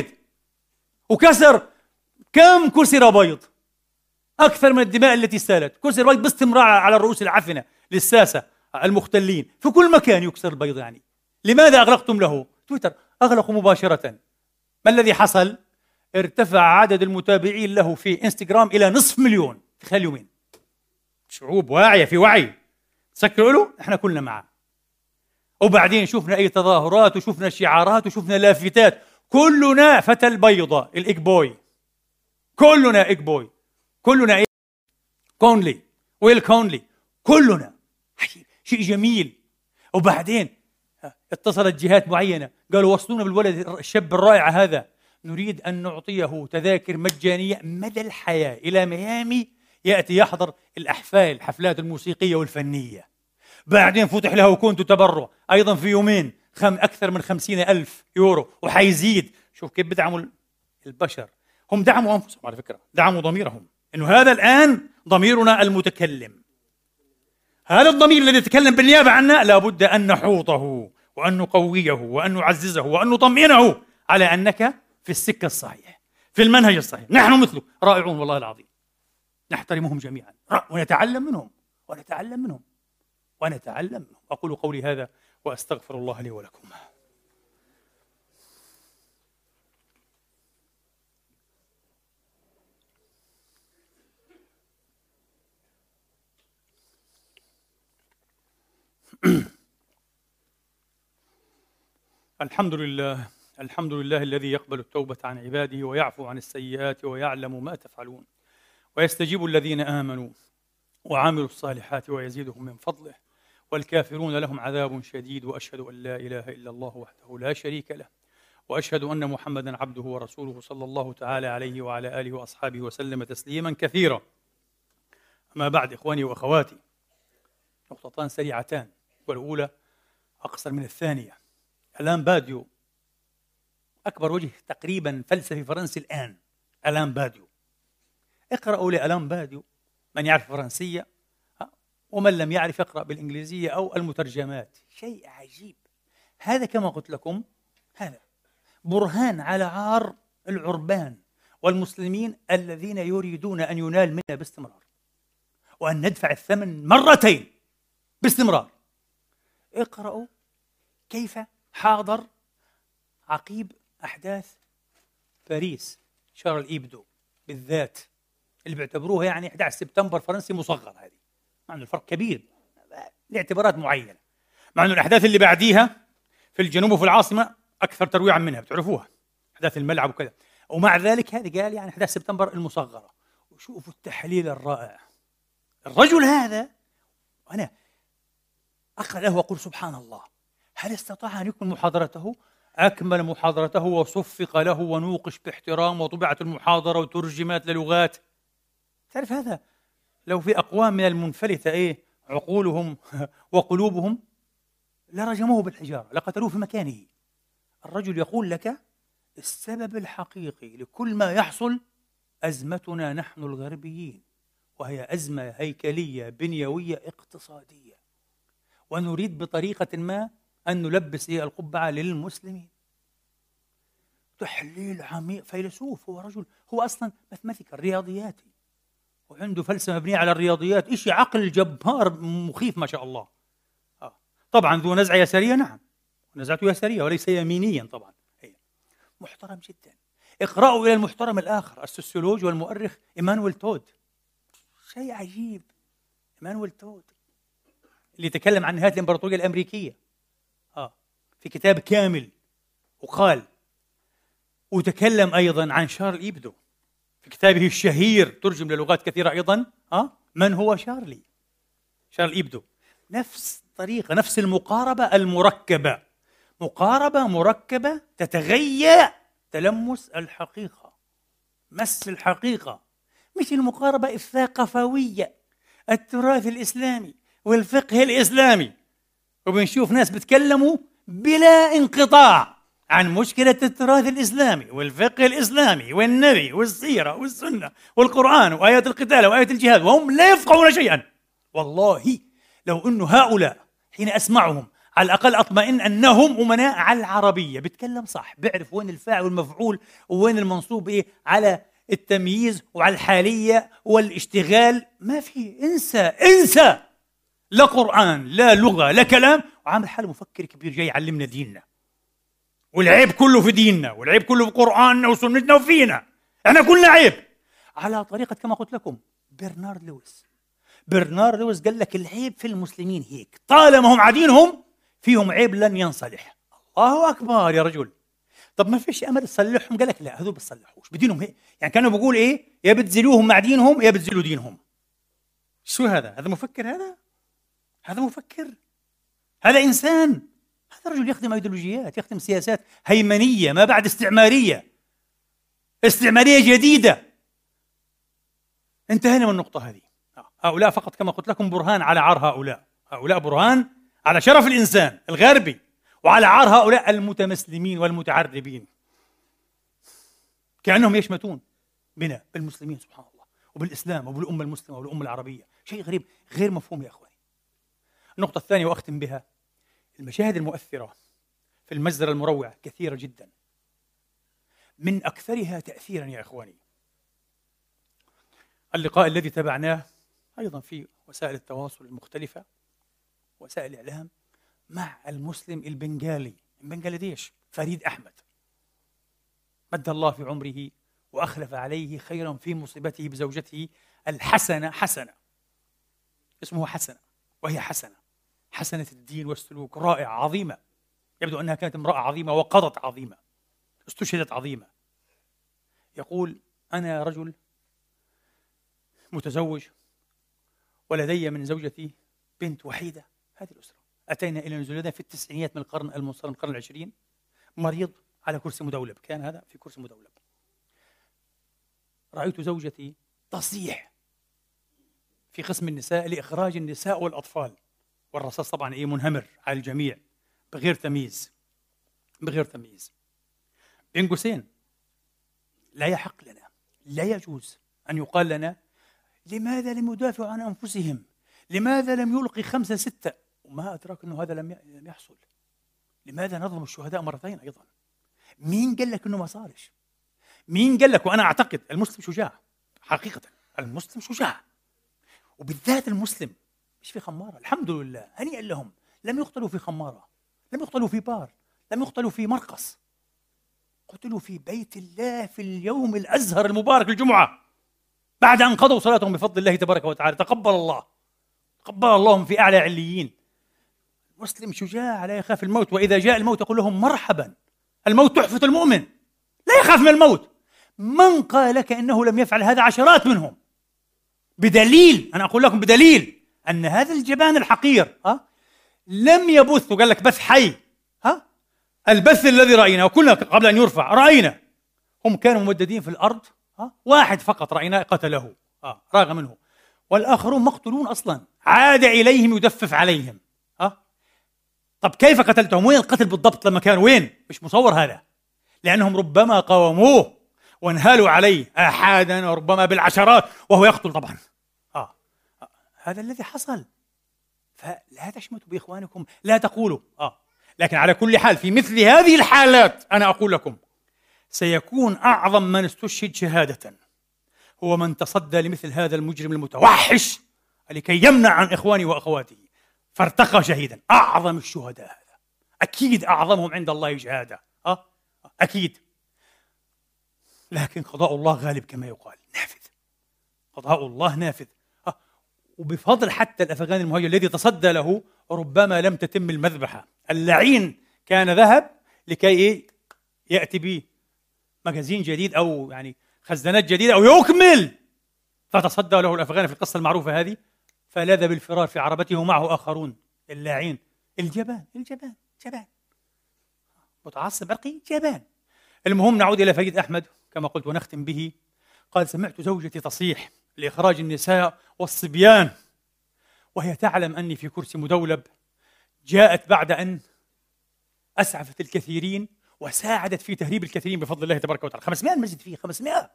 وكسر كم كرسي ربيض، أكثر من الدماء التي سالت، كرسي ربيض باستمرار على الرؤوس العفنة للساسة المختلين في كل مكان يكسر البيض. يعني لماذا أغلقتم له تويتر؟ أغلقوا مباشرة. ما الذي حصل؟ ارتفع عدد المتابعين له في انستغرام إلى نصف مليون في خلال يومين. شعوب واعية في وعي، تسكروا له، احنا كلنا معه. وبعدين شفنا أي تظاهرات وشفنا شعارات وشفنا لافتات، كلنا فتى البيضة الإيك بوي، كلنا إيك بوي، كلنا إيه؟ كونلي، ويل كونلي، كلنا شيء جميل. وبعدين اتصلت جهات معينة قالوا وصلونا بالولد الشاب الرائع هذا، نريد أن نعطيه تذاكر مجانية مدى الحياة إلى ميامي، يأتي يحضر الأحفال، الحفلات الموسيقية والفنية. بعدين فتح له كونت تبرع أيضا في يومين، خم أكثر من خمسين ألف يورو، وحيزيد. شوف كيف بدعموا البشر، هم دعموا أنفسهم على فكرة، دعموا ضميرهم، إنه هذا الآن ضميرنا المتكلم، هذا الضمير الذي يتكلم بالنيابة عنا لابد أن نحوطه وأن نقويه وأن نعززه وأن نطمئنه على أنك في السكة الصحيح، في المنهج الصحيح. نحن مثله رائعون والله العظيم، نحترمهم جميعا ونتعلم منهم ونتعلم منهم ونتعلم منهم. أقول قولي هذا وأستغفر الله لي ولكم. الحمد لله، الحمد لله الذي يقبل التوبة عن عباده ويعفو عن السيئات ويعلم ما تفعلون ويستجيب الذين آمنوا وعملوا الصالحات ويزيدهم من فضله، والكافرون لهم عذاب شديد. وأشهد أن لا إله إلا الله وحده لا شريك له، وأشهد أن محمدا عبده ورسوله صلى الله تعالى عليه وعلى آله وأصحابه وسلم تسليما كثيرا. أما بعد، إخواني وأخواتي، نقطتان سريعتان، والأولى أقصر من الثانية. ألان باديو أكبر وجه تقريبا فلسفي فرنسي الآن، ألان باديو. اقرأوا لألان باديو، من يعرف فرنسية، ومن لم يعرف يقرأ بالإنجليزية أو المترجمات. شيء عجيب هذا، كما قلت لكم، هذا برهان على عار العربان والمسلمين الذين يريدون أن ينال منا باستمرار وأن ندفع الثمن مرتين باستمرار. اقرأوا كيف حاضر عقيب أحداث باريس شارل إيبدو بالذات، اللي بيعتبروها يعني أحد عشر سبتمبر فرنسي مصغر، هذه مع أنه الفرق كبير لاعتبارات معينة، مع أنه الأحداث اللي بعديها في الجنوب وفي العاصمة أكثر ترويعا منها، بتعرفوها أحداث الملعب وكذا، ومع ذلك هذه قال يعني أحداث سبتمبر المصغرة. وشوفوا التحليل الرائع الرجل هذا، وأنا أقرأ له وأقول سبحان الله، هل استطاع أن يكمل محاضرته؟ أكمل محاضرته وصفق له ونوقش باحترام، وطبعت المحاضرة وترجمت للغات. تعرف هذا لو في أقوام من المنفلتة إيه عقولهم وقلوبهم لرجموه بالحجارة، لقتلوه في مكانه. الرجل يقول لك السبب الحقيقي لكل ما يحصل أزمتنا نحن الغربيين، وهي أزمة هيكلية بنيوية اقتصادية، ونريد بطريقة ما أن نلبس إيه القبعة للمسلمين. تحليل عميق، فيلسوف، هو رجل هو أصلا ماثماتيكا رياضياتي، وعنده فلسفة مبنية على الرياضيات، إشي عقل جبار مخيف ما شاء الله. آه. طبعا ذو نزعة يسارية، نعم نزعته يسارية وليس يمينيا طبعا، هي. محترم جدا. اقرأوا إلى المحترم الآخر السوسيولوج والمؤرخ إيمانويل تود، شيء عجيب. إيمانويل تود اللي تكلم عن نهاية الإمبراطورية الأمريكية آه. في كتاب كامل، وقال وتكلم أيضا عن شارل إيبدو في كتابه الشهير ترجم للغات كثيرة أيضا آه. من هو شارلي؟ شارل إيبدو نفس الطريقة، نفس المقاربة المركبة، مقاربة مركبة تتغير تلمس الحقيقة، مس الحقيقة، مش المقاربة الثقافوية، التراث الإسلامي والفقه الإسلامي. وبنشوف ناس بتكلموا بلا انقطاع عن مشكلة التراث الإسلامي والفقه الإسلامي والنبي والسيرة والسنة والقرآن وآيات القتال وآيات الجهاد، وهم لا يفقهون شيئا. والله لو أن هؤلاء حين أسمعهم على الأقل أطمئن أنهم أمناء على العربية، بيتكلم صح، بيعرف وين الفاعل والمفعول وين المنصوب إيه على التمييز وعلى الحالية والاشتغال. ما في، انسى انسى، لا قرآن لا لغة لا كلام، وعامل حاله مفكر كبير جاي يعلمنا ديننا، والعيب كله في ديننا، والعيب كله في قرآننا وسنتنا وفينا، احنا كلنا عيب. على طريقة كما قلت لكم برنارد لويس. برنارد لويس قال لك العيب في المسلمين هيك، طالما هم عادينهم فيهم عيب لن ينصلح. الله أكبر يا رجل. طب ما فيش أمل تصلحهم؟ قال لك لا، هذول بيصلحوش بدينهم هيك، يعني كانوا بيقول إيه، يا بتزلوهم مع دينهم يا بتزلوا دينهم. شو هذا؟ هذا مفكر، هذا هذا مفكر، هذا إنسان، هذا رجل يخدم أيديولوجيات، يخدم سياسات هيمنية ما بعد استعمارية، استعمارية جديدة. انتهينا من النقطة هذه. هؤلاء فقط كما قلت لكم برهان على عار هؤلاء، هؤلاء برهان على شرف الإنسان الغربي وعلى عار هؤلاء المتمسلمين والمتعربين، كأنهم يشمتون بنا بالمسلمين سبحان الله وبالإسلام وبالأمة المسلمة وبالأمة العربية. شيء غريب غير مفهوم يا أخواني. النقطة الثانية وأختم بها، المشاهد المؤثرة في المجزرة المروعة كثيرة جدا، من أكثرها تأثيرا يا إخواني اللقاء الذي تابعناه أيضا في وسائل التواصل المختلفة وسائل الإعلام مع المسلم البنغالي من بنغلاديش فريد أحمد، مد الله في عمره وأخلف عليه خيرا في مصيبته بزوجته الحسنة، حسنة اسمه حسنة وهي حسنة، حسنة الدين والسلوك، رائعة عظيمة، يبدو أنها كانت امرأة عظيمة وقضت عظيمة، استشهدت عظيمة. يقول أنا رجل متزوج ولدي من زوجتي بنت وحيدة، هذه الأسرة أتينا إلى نيوزيلندا في التسعينيات من القرن المنصرم، القرن العشرين، مريض على كرسي مدولب، كان هذا في كرسي مدولب. رأيت زوجتي تصيح في قسم النساء لإخراج النساء والأطفال، والرصاص طبعا إيه منهمر على الجميع بغير تمييز، بغير تمييز. بين قوسين، لا يحق لنا، لا يجوز أن يقال لنا لماذا لم يدافعوا عن أنفسهم؟ لماذا لم يلقي خمسة ستة؟ وما أدراك أنه هذا لم يحصل. لماذا نظلم الشهداء مرتين أيضا؟ مين قال لك أنه ما صارش؟ مين قال لك؟ وأنا أعتقد المسلم شجاع، حقيقة المسلم شجاع، وبالذات المسلم مش في خمارة، الحمد لله هنيئا لهم، لم يقتلوا في خمارة، لم يقتلوا في بار، لم يقتلوا في مرقص، قتلوا في بيت الله في اليوم الأزهر المبارك الجمعة، بعد أن قضوا صلاتهم بفضل الله تبارك وتعالى. تقبل الله، تقبل اللهم في أعلى عليين. مسلم شجاع لا يخاف الموت، وإذا جاء الموت يقول لهم مرحبا. الموت تحفة المؤمن، لا يخاف من الموت. من قال لك إنه لم يفعل هذا؟ عشرات منهم، بدليل، أنا أقول لكم بدليل أن هذا الجبان الحقير ها لم يبث، وقال لك بث حي، ها البث الذي رأينا وكنا قبل أن يرفع رأينا، هم كانوا ممددين في الأرض، ها واحد فقط رأيناه قتله، ها راغ منه، والآخرون مقتولون أصلا، عاد إليهم يدفف عليهم. ها طب كيف قتلتهم؟ وين القتل بالضبط لما كان وين؟ مش مصور هذا، لأنهم ربما قاوموه وانهالوا عليه آحادا وربما بالعشرات وهو يقتل طبعا. آه. آه. هذا الذي حصل. فلا تشمتوا بإخوانكم، لا تقولوا آه. لكن على كل حال في مثل هذه الحالات أنا أقول لكم سيكون أعظم من استشهد شهادة هو من تصدى لمثل هذا المجرم المتوحش لكي يمنع عن إخواني وأخواته فارتقى شهيدا. أعظم الشهداء هذا، أكيد أعظمهم عند الله شهادة، أه؟ أكيد. لكن قضاء الله غالب كما يقال، نافذ، قضاء الله نافذ. أه؟ وبفضل حتى الأفغاني المهاجر الذي تصدى له ربما لم تتم المذبحة. اللعين كان ذهب لكي يأتي به مجازين جديد أو يعني خزانات جديدة أو يكمل، فتصدى له الأفغان في القصة المعروفة هذه، فلاذ بالفرار في عربته ومعه آخرون. اللاعين، الجبان، الجبان، جبان، متعصب عرقي، جبان. المهم نعود إلى فريد أحمد كما قلت ونختم به. قال: سمعت زوجتي تصيح لإخراج النساء والصبيان وهي تعلم أني في كرسي مدولب. جاءت بعد أن أسعفت الكثيرين وساعدت في تهريب الكثيرين بفضل الله تبارك وتعالى. خمسمائة المسجد فيه خمسمائة.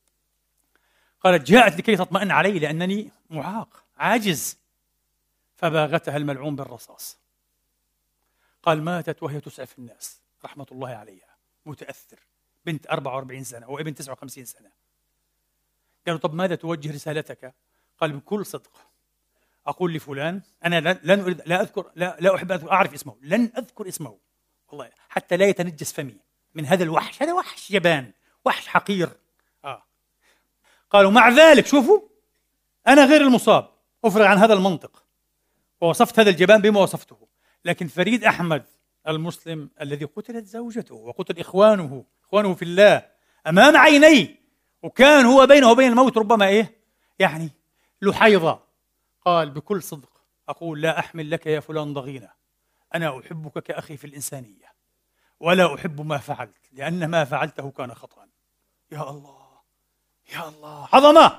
قالت: جاءت لكي تطمئن علي لأنني معاق عاجز، فباغتها الملعون بالرصاص. قال: ماتت وهي تسعف الناس رحمة الله عليها، متأثر، بنت أربعة وأربعين سنة وابن تسعة وخمسين سنة. قالوا: طب ماذا توجه رسالتك؟ قال: بكل صدق أقول لفلان، أنا لن أريد، لا أذكر، لا, لا أحب أذكر، أعرف اسمه، لن أذكر اسمه والله حتى لا يتنجس فمي من هذا الوحش. هذا وحش جبان، وحش حقير. آه. قالوا: مع ذلك شوفوا أنا غير المصاب، أفرغ عن هذا المنطق، ووصفت هذا الجبان بما وصفته. لكن فريد أحمد المسلم الذي قتلت زوجته وقتل إخوانه إخوانه في الله أمام عيني، وكان هو بينه وبين الموت ربما إيه يعني لحيظة، قال: بكل صدق أقول لا أحمل لك يا فلان ضغينة، أنا أحبك كأخي في الإنسانية، ولا أحب ما فعلت لأن ما فعلته كان خطأ. يا الله، يا الله، عظمة.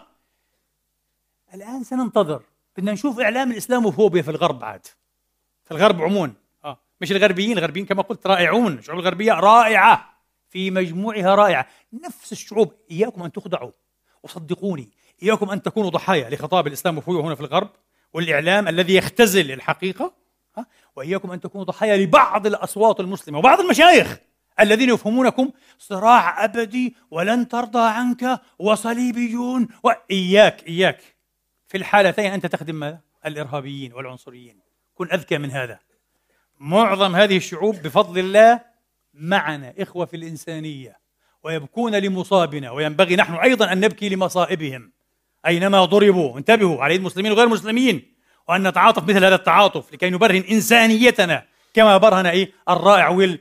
الآن سننتظر، بدنا نشوف إعلام الإسلاموفوبيا في الغرب. عاد في الغرب عموما، آه. مش الغربيين، الغربيين كما قلت رائعون، الشعوب الغربية رائعة في مجموعها، رائعة، نفس الشعوب. إياكم أن تخدعوا، وصدقوني إياكم أن تكونوا ضحايا لخطاب الإسلاموفوبيا هنا في الغرب والإعلام الذي يختزل الحقيقة، ها؟ وإياكم أن تكونوا ضحايا لبعض الأصوات المسلمة وبعض المشايخ الذين يفهمونكم صراع أبدي ولن ترضى عنك وصليبيون، وإياك إياك في الحالتين أنت تخدم ماذا؟ الإرهابيين والعنصريين. كن أذكى من هذا. معظم هذه الشعوب بفضل الله معنا إخوة في الإنسانية، ويبكون لمصابنا، وينبغي نحن أيضا أن نبكي لمصائبهم أينما ضربوا. انتبهوا على المسلمين وغير المسلمين، وأن نتعاطف مثل هذا التعاطف لكي نبرهن إنسانيتنا كما برهن إيه الرائع ويل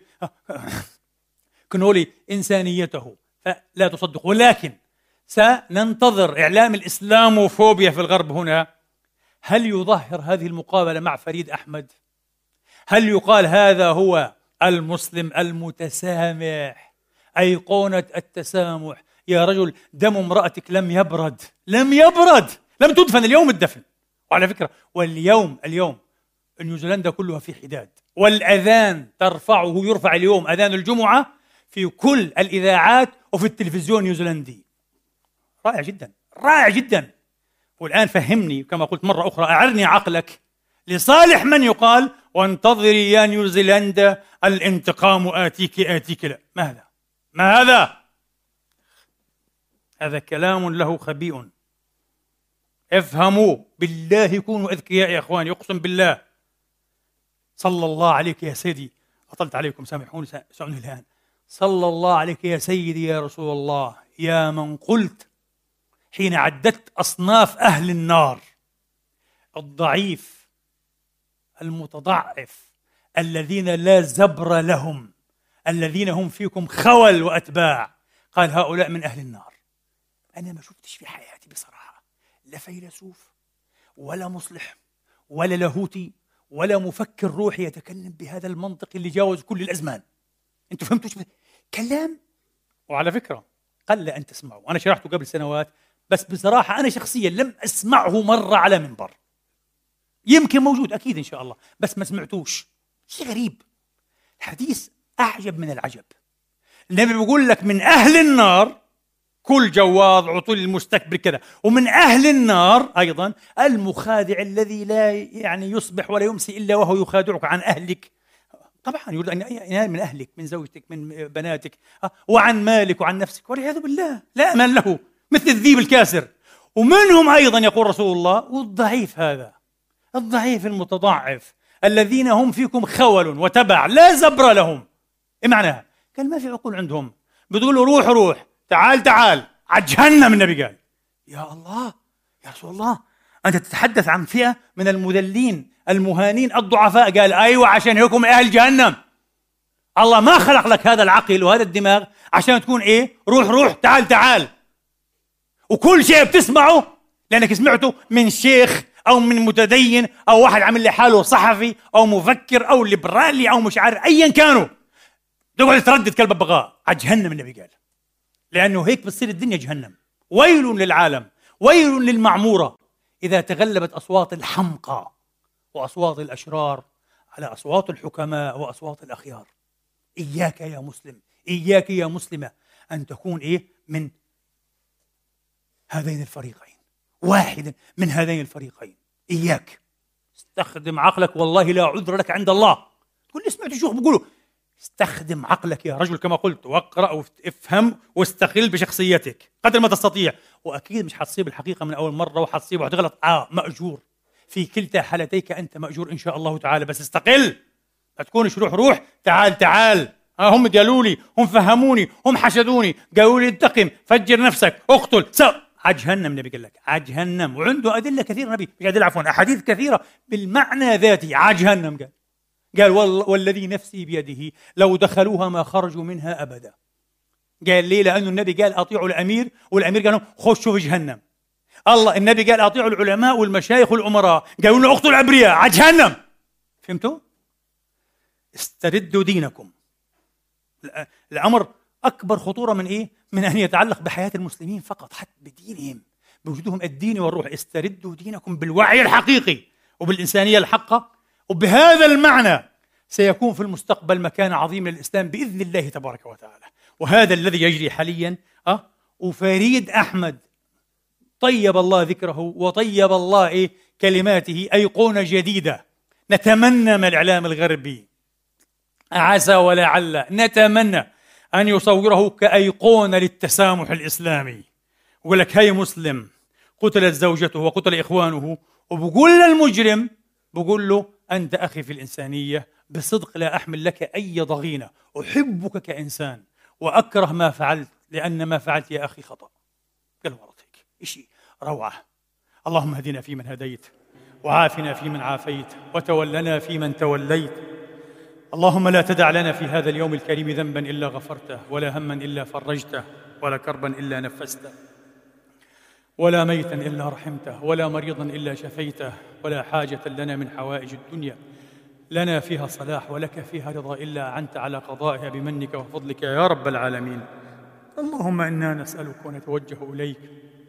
كنولي إنسانيته. فلا تصدقوا، ولكن سننتظر إعلام الإسلاموفوبيا في الغرب هنا. هل يظهر هذه المقابلة مع فريد أحمد؟ هل يقال هذا هو المسلم المتسامح، أيقونة التسامح؟ يا رجل، دم امرأتك لم يبرد، لم يبرد، لم تدفن اليوم الدفن. وعلى فكرة، واليوم اليوم نيوزيلندا كلها في حداد، والأذان ترفعه يرفع اليوم أذان الجمعة في كل الإذاعات وفي التلفزيون النيوزيلندي. رائع جدا، رائع جدا. والآن فهمني كما قلت مرة أخرى، أعرني عقلك لصالح من يقال: وانتظري يا نيوزيلندا الانتقام آتيك آتيك. لا، ما هذا؟ ما هذا؟ هذا كلام له خبيء. افهموا بالله، كونوا أذكياء يا إخواني، أقسم بالله. صلى الله عليك يا سيدي أطلت عليكم سامحوني سامحوني الآن. صلى الله عليك يا سيدي يا رسول الله، يا من قلت حين عددت أصناف أهل النار: الضعيف، المتضعف، الذين لا زبر لهم، الذين هم فيكم خول وأتباع، قال هؤلاء من أهل النار. أنا ما شفتش في حياتي بصراحة لا فيلسوف ولا مصلح ولا لاهوتي ولا مفكر روحي يتكلم بهذا المنطق اللي جاوز كل الأزمان. أنتوا فهمتوا شو كلام؟ وعلى فكرة قل أن تسمعوا، أنا شرحته قبل سنوات، بس بصراحة أنا شخصيا لم أسمعه مرة على منبر. يمكن موجود أكيد إن شاء الله، بس ما سمعتوش. شيء غريب، الحديث أعجب من العجب. النبي بيقول لك من أهل النار كل جواظ عطول المستكبر كذا، ومن أهل النار أيضا المخادع الذي لا يعني يصبح ولا يمسي إلا وهو يخادعك عن أهلك. طبعا يريد أن ينال من أهلك، من زوجتك، من بناتك، وعن مالك وعن نفسك، والعياذ بالله لا أمان له، مثل الذيب الكاسر. ومنهم أيضا يقول رسول الله والضعيف، هذا الضعيف المتضعف الذين هم فيكم خول وتبع لا زبر لهم. إيه معناها؟ قال ما في عقول عندهم، بتقولوا روح روح، تعال تعال على جهنم. النبي قال يا الله يا رسول الله، أنت تتحدث عن فئة من المذلين المهانين الضعفاء. قال أيوة، عشان هيكم أهل جهنم. الله ما خلق لك هذا العقل وهذا الدماغ عشان تكون إيه روح روح تعال تعال، وكل شيء بتسمعه لأنك سمعته من شيخ أو من متدين أو واحد عامل لي حاله صحفي أو مفكر أو ليبرالي أو مش عارف أيا كانوا، تقعد تردد كالببغاء على جهنم. النبي قال لأنه هيك بتصير الدنيا جهنم. ويل للعالم، ويل للمعمورة إذا تغلبت أصوات الحمقى وأصوات الأشرار على أصوات الحكماء وأصوات الأخيار. إياك يا مسلم، إياك يا مسلمة أن تكون إيه من هذين الفريقين، واحدا من هذين الفريقين. إياك، استخدم عقلك، والله لا عذر لك عند الله. تقول لي سمعت شو بيقولوا؟ استخدم عقلك يا رجل كما قلت، واقرأ وافهم واستقل بشخصيتك قدر ما تستطيع. وأكيد مش حتصيب الحقيقة من أول مرة وحتصيب وحتغلط، آه مأجور في كلتا حالتيك، أنت مأجور إن شاء الله تعالى. بس استقل، ما تكونش روح روح تعال تعال. آه هم قالوا لي، هم فهموني، هم حشدوني، قالوا لي انتقم، فجر نفسك، اقتل، سو على جهنم. النبي قال لك على جهنم، وعنده أدلة كثيرة. النبي مش أدلة، عفوا أحاديث كثيرة بالمعنى ذاتي على جهنم. قال قال والذي نفسي بيده لو دخلوها ما خرجوا منها أبدا. قال ليه؟ لأنه النبي قال أطيعوا الأمير، والأمير قال لهم خشوا في جهنم. الله النبي قال أطيعوا العلماء والمشايخ والأمراء، قالوا لنا اقتلوا الأبرياء على جهنم. فهمتوا؟ استردوا دينكم. الأمر أكبر خطورة من إيه؟ من أن يتعلق بحياة المسلمين فقط، حتى بدينهم، بوجودهم الديني والروح. استردوا دينكم بالوعي الحقيقي وبالإنسانية الحقة، وبهذا المعنى سيكون في المستقبل مكان عظيم للإسلام بإذن الله تبارك وتعالى. وهذا الذي يجري حاليا. أه؟ وفريد أحمد طيب الله ذكره وطيب الله إيه كلماته، أيقونة جديدة نتمنى من الإعلام الغربي، عسى ولعل نتمنى أن يصوره كأيقونة للتسامح الإسلامي. يقول لك هاي مسلم قتلت زوجته وقتل إخوانه، وبقول للمجرم، بقول له أنت أخي في الإنسانية، بصدق لا أحمل لك أي ضغينة، أحبك كإنسان وأكره ما فعلت، لأن ما فعلت يا أخي خطأ. قال ورط هيك إشي روعة. اللهم اهدنا فيمن هديت، وعافنا فيمن عافيت، وتولنا فيمن توليت. اللهم لا تدع لنا في هذا اليوم الكريم ذنبا إلا غفرته، ولا هما إلا فرجته، ولا كربا إلا نفسته، ولا ميتا إلا رحمته، ولا مريضا إلا شفيته، ولا حاجة لنا من حوائج الدنيا لنا فيها صلاح ولك فيها رضا إلا أعنت على قضائها بمنك وفضلك يا رب العالمين. اللهم إنا نسألك ونتوجه إليك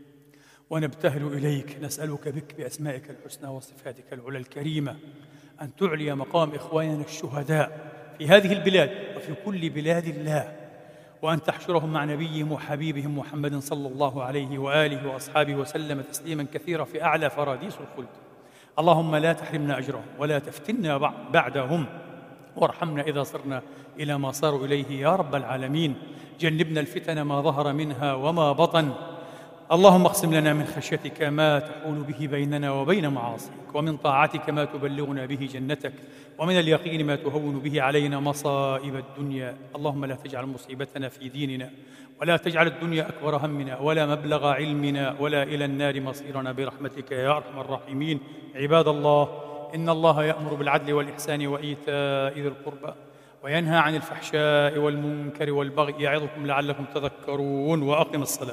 ونبتهل إليك، نسألك بك بأسمائك الحسنى وصفاتك العلى الكريمة أن تعلي مقام إخواننا الشهداء في هذه البلاد وفي كل بلاد الله، وأن تحشرهم مع نبيهم وحبيبهم محمد صلى الله عليه وآله وأصحابه وسلم تسليما كثيرا في أعلى فراديس الخلد. اللهم لا تحرمنا أجرهم ولا تفتنا بعدهم، وارحمنا إذا صرنا إلى ما صاروا إليه يا رب العالمين. جنبنا الفتن ما ظهر منها وما بطن، اللهم اقسم لنا من خشيتك ما تحول به بيننا وبين معاصيك، ومن طاعتك ما تبلغنا به جنتك، ومن اليقين ما تهون به علينا مصائب الدنيا. اللهم لا تجعل مصيبتنا في ديننا، ولا تجعل الدنيا أكبر همنا ولا مبلغ علمنا ولا إلى النار مصيرنا، برحمتك يا أرحم الراحمين. عباد الله، إن الله يأمر بالعدل والإحسان وإيتاء ذي القربى وينهى عن الفحشاء والمنكر والبغي، يعظكم لعلكم تذكرون. وأقم الصلاة.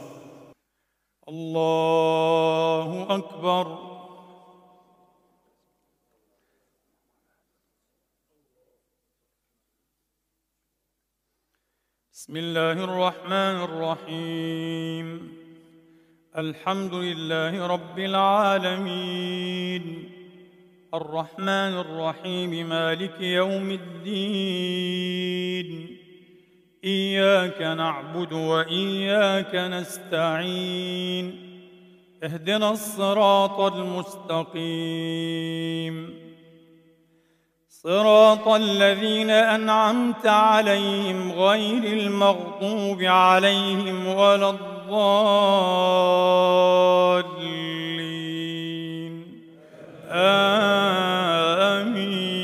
الله أكبر. بسم الله الرحمن الرحيم. الحمد لله رب العالمين، الرحمن الرحيم، مالك يوم الدين. إياك نعبد وإياك نستعين، اهدنا الصراط المستقيم، صراط الذين أنعمت عليهم غير المغضوب عليهم ولا الضالين. آمين.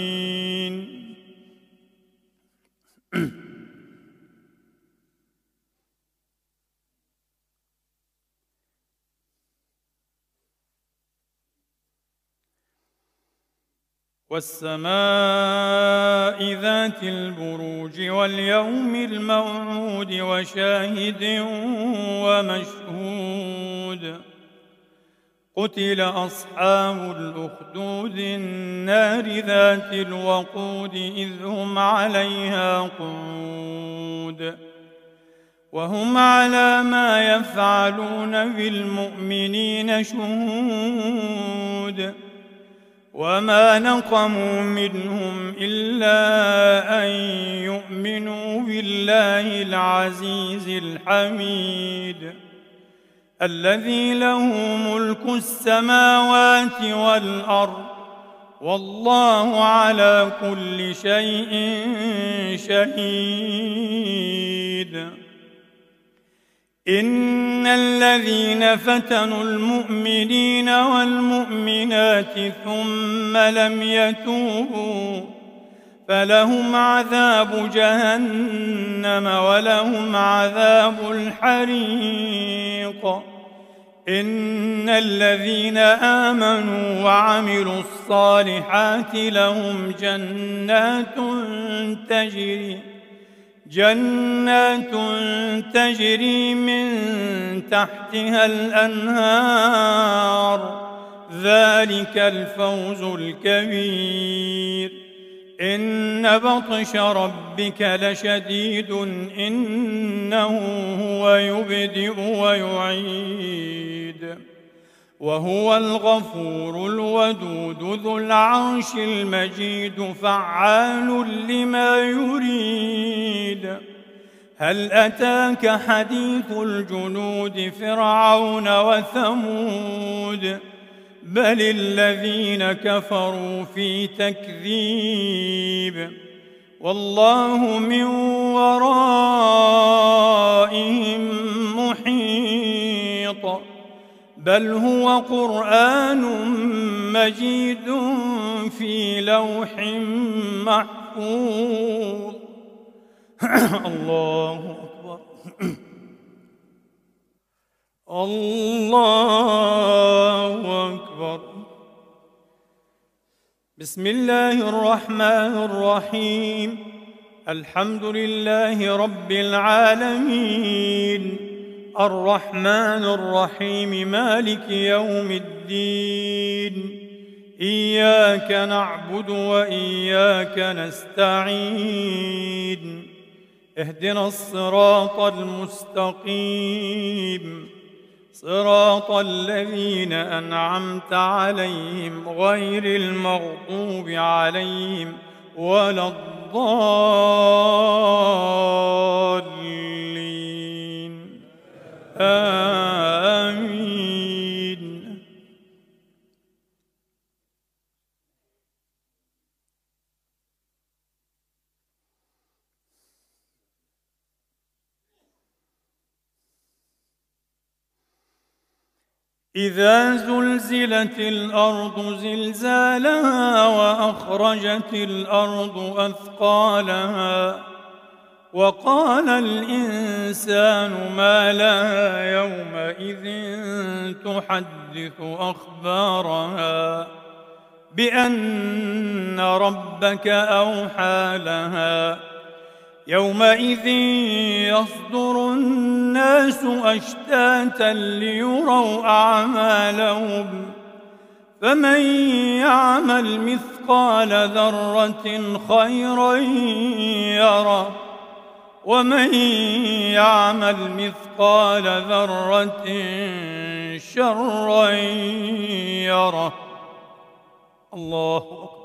والسماء ذات البروج واليوم الموعود وشاهد ومشهود. قتل أصحاب الأخدود النار ذات الوقود إذ هم عليها قعود وهم على ما يفعلون بالمؤمنين شهود. وما نقموا منهم إلا أن يؤمنوا بالله العزيز الحميد، الذي له ملك السماوات والأرض، والله على كل شيء شهيد. إن الذين فتنوا المؤمنين والمؤمنات ثم لم يتوبوا فلهم عذاب جهنم ولهم عذاب الحريق. إن الذين آمنوا وعملوا الصالحات لهم جنات تجري جنات تجري من تحتها الأنهار، ذلك الفوز الكبير. إن بطش ربك لشديد، إنه هو يبدئ ويعيد، وهو الغفور الودود ذو العرش المجيد، فعال لما يريد. هل أتاك حديث الجنود فرعون وثمود؟ بل الذين كفروا في تكذيب، والله من ورائهم محيط. بل هو قرآن مجيد في لوح محفوظ. الله أكبر. الله أكبر. بسم الله الرحمن الرحيم. الحمد لله رب العالمين، الرحمن الرحيم، مالك يوم الدين. إياك نعبد وإياك نستعين، اهدنا الصراط المستقيم، صراط الذين أنعمت عليهم غير المغضوب عليهم ولا الضالين. آمين. إذا زلزلت الأرض زلزالها وأخرجت الأرض أثقالها وقال الإنسان ما لها يومئذ تحدث أخبارها بأن ربك أوحى لها يومئذ يصدر الناس أشتاتا ليروا أعمالهم فمن يعمل مثقال ذرة خيرا يره ومن يعمل مثقال ذرة شرا يره. الله أكبر.